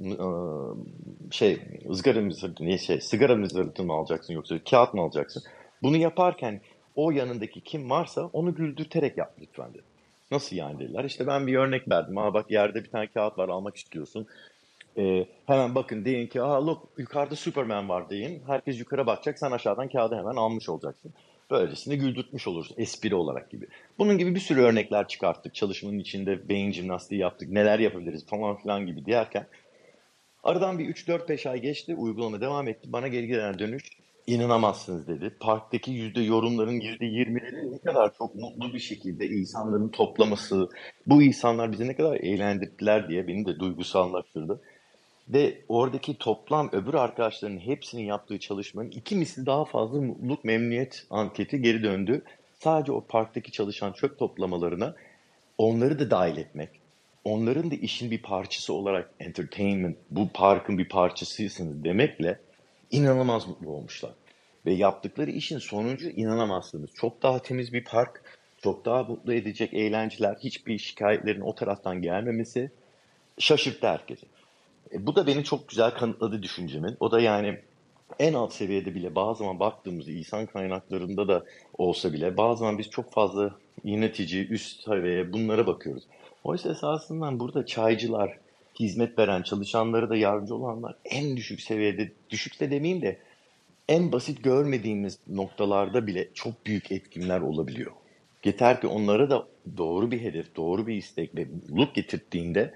ızgara mı sigara mı zırtını mı alacaksın yoksa kağıt mı alacaksın? Bunu yaparken o yanındaki kim varsa onu güldürterek yap lütfen dedi. Nasıl yani dediler. İşte ben bir örnek verdim. Bak yerde bir tane kağıt var almak istiyorsun. Hemen bakın deyin ki look yukarıda Superman var deyin. Herkes yukarı bakacak sen aşağıdan kağıdı hemen almış olacaksın. Böylesine güldürtmüş olursun espri olarak gibi. Bunun gibi bir sürü örnekler çıkarttık. Çalışmanın içinde beyin jimnastiği yaptık. Neler yapabiliriz falan filan gibi derken. Aradan bir 3-4-5 ay geçti. Uygulama devam etti. Bana geri gelen dönüş inanamazsınız dedi. Parktaki yorumların %20'leri ne kadar çok mutlu bir şekilde insanların toplaması, bu insanlar bizi ne kadar eğlendirdiler diye beni de duygusallaştırdı. Ve oradaki toplam öbür arkadaşların hepsinin yaptığı çalışmanın 2 misli daha fazla mutluluk, memnuniyet anketi geri döndü. Sadece o parktaki çalışan çöp toplamalarına onları da dahil etmek, onların da işin bir parçası olarak entertainment, bu parkın bir parçasısınız demekle inanılmaz mutlu olmuşlar. Ve yaptıkları işin sonucu inanamazsınız. Çok daha temiz bir park, çok daha mutlu edecek eğlenceler, hiçbir şikayetlerin o taraftan gelmemesi şaşırttı herkesi. Bu da beni çok güzel kanıtladı düşüncemin. O da yani en alt seviyede bile bazı zaman baktığımızda insan kaynaklarında da olsa bile bazı zaman biz çok fazla yönetici, üst seviye bunlara bakıyoruz. Oysa esasında burada çaycılar, hizmet veren, çalışanlara da yardımcı olanlar en düşük seviyede, düşük de demeyeyim de en basit görmediğimiz noktalarda bile çok büyük etkinler olabiliyor. Yeter ki onlara da doğru bir hedef, doğru bir istek ve mutluluk getirdiğinde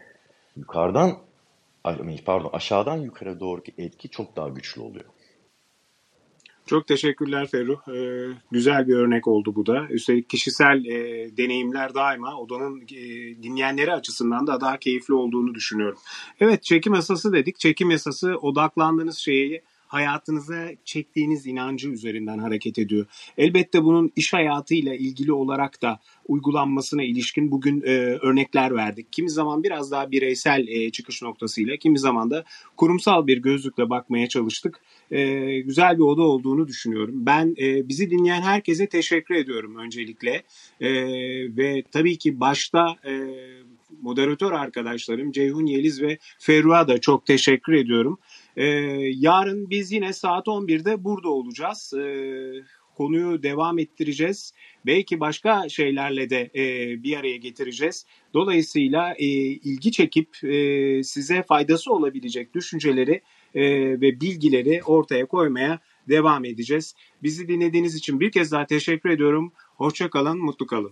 aşağıdan yukarı doğruki etki çok daha güçlü oluyor. Çok teşekkürler Ferruh. Güzel bir örnek oldu bu da. Üstelik kişisel deneyimler daima odanın dinleyenleri açısından da daha keyifli olduğunu düşünüyorum. Evet, çekim yasası dedik. Çekim yasası odaklandığınız şeyi hayatınıza çektiğiniz inancı üzerinden hareket ediyor. Elbette bunun iş hayatıyla ilgili olarak da uygulanmasına ilişkin bugün örnekler verdik. Kimi zaman biraz daha bireysel çıkış noktasıyla, kimi zaman da kurumsal bir gözlükle bakmaya çalıştık. Güzel bir oda olduğunu düşünüyorum. Ben bizi dinleyen herkese teşekkür ediyorum öncelikle. Ve tabii ki başta moderatör arkadaşlarım Ceyhun Yeliz ve Ferruh'a da çok teşekkür ediyorum. Yarın biz yine saat 11'de burada olacağız. Konuyu devam ettireceğiz. Belki başka şeylerle de bir araya getireceğiz. Dolayısıyla ilgi çekip size faydası olabilecek düşünceleri ve bilgileri ortaya koymaya devam edeceğiz. Bizi dinlediğiniz için bir kez daha teşekkür ediyorum. Hoşça kalın, mutlu kalın.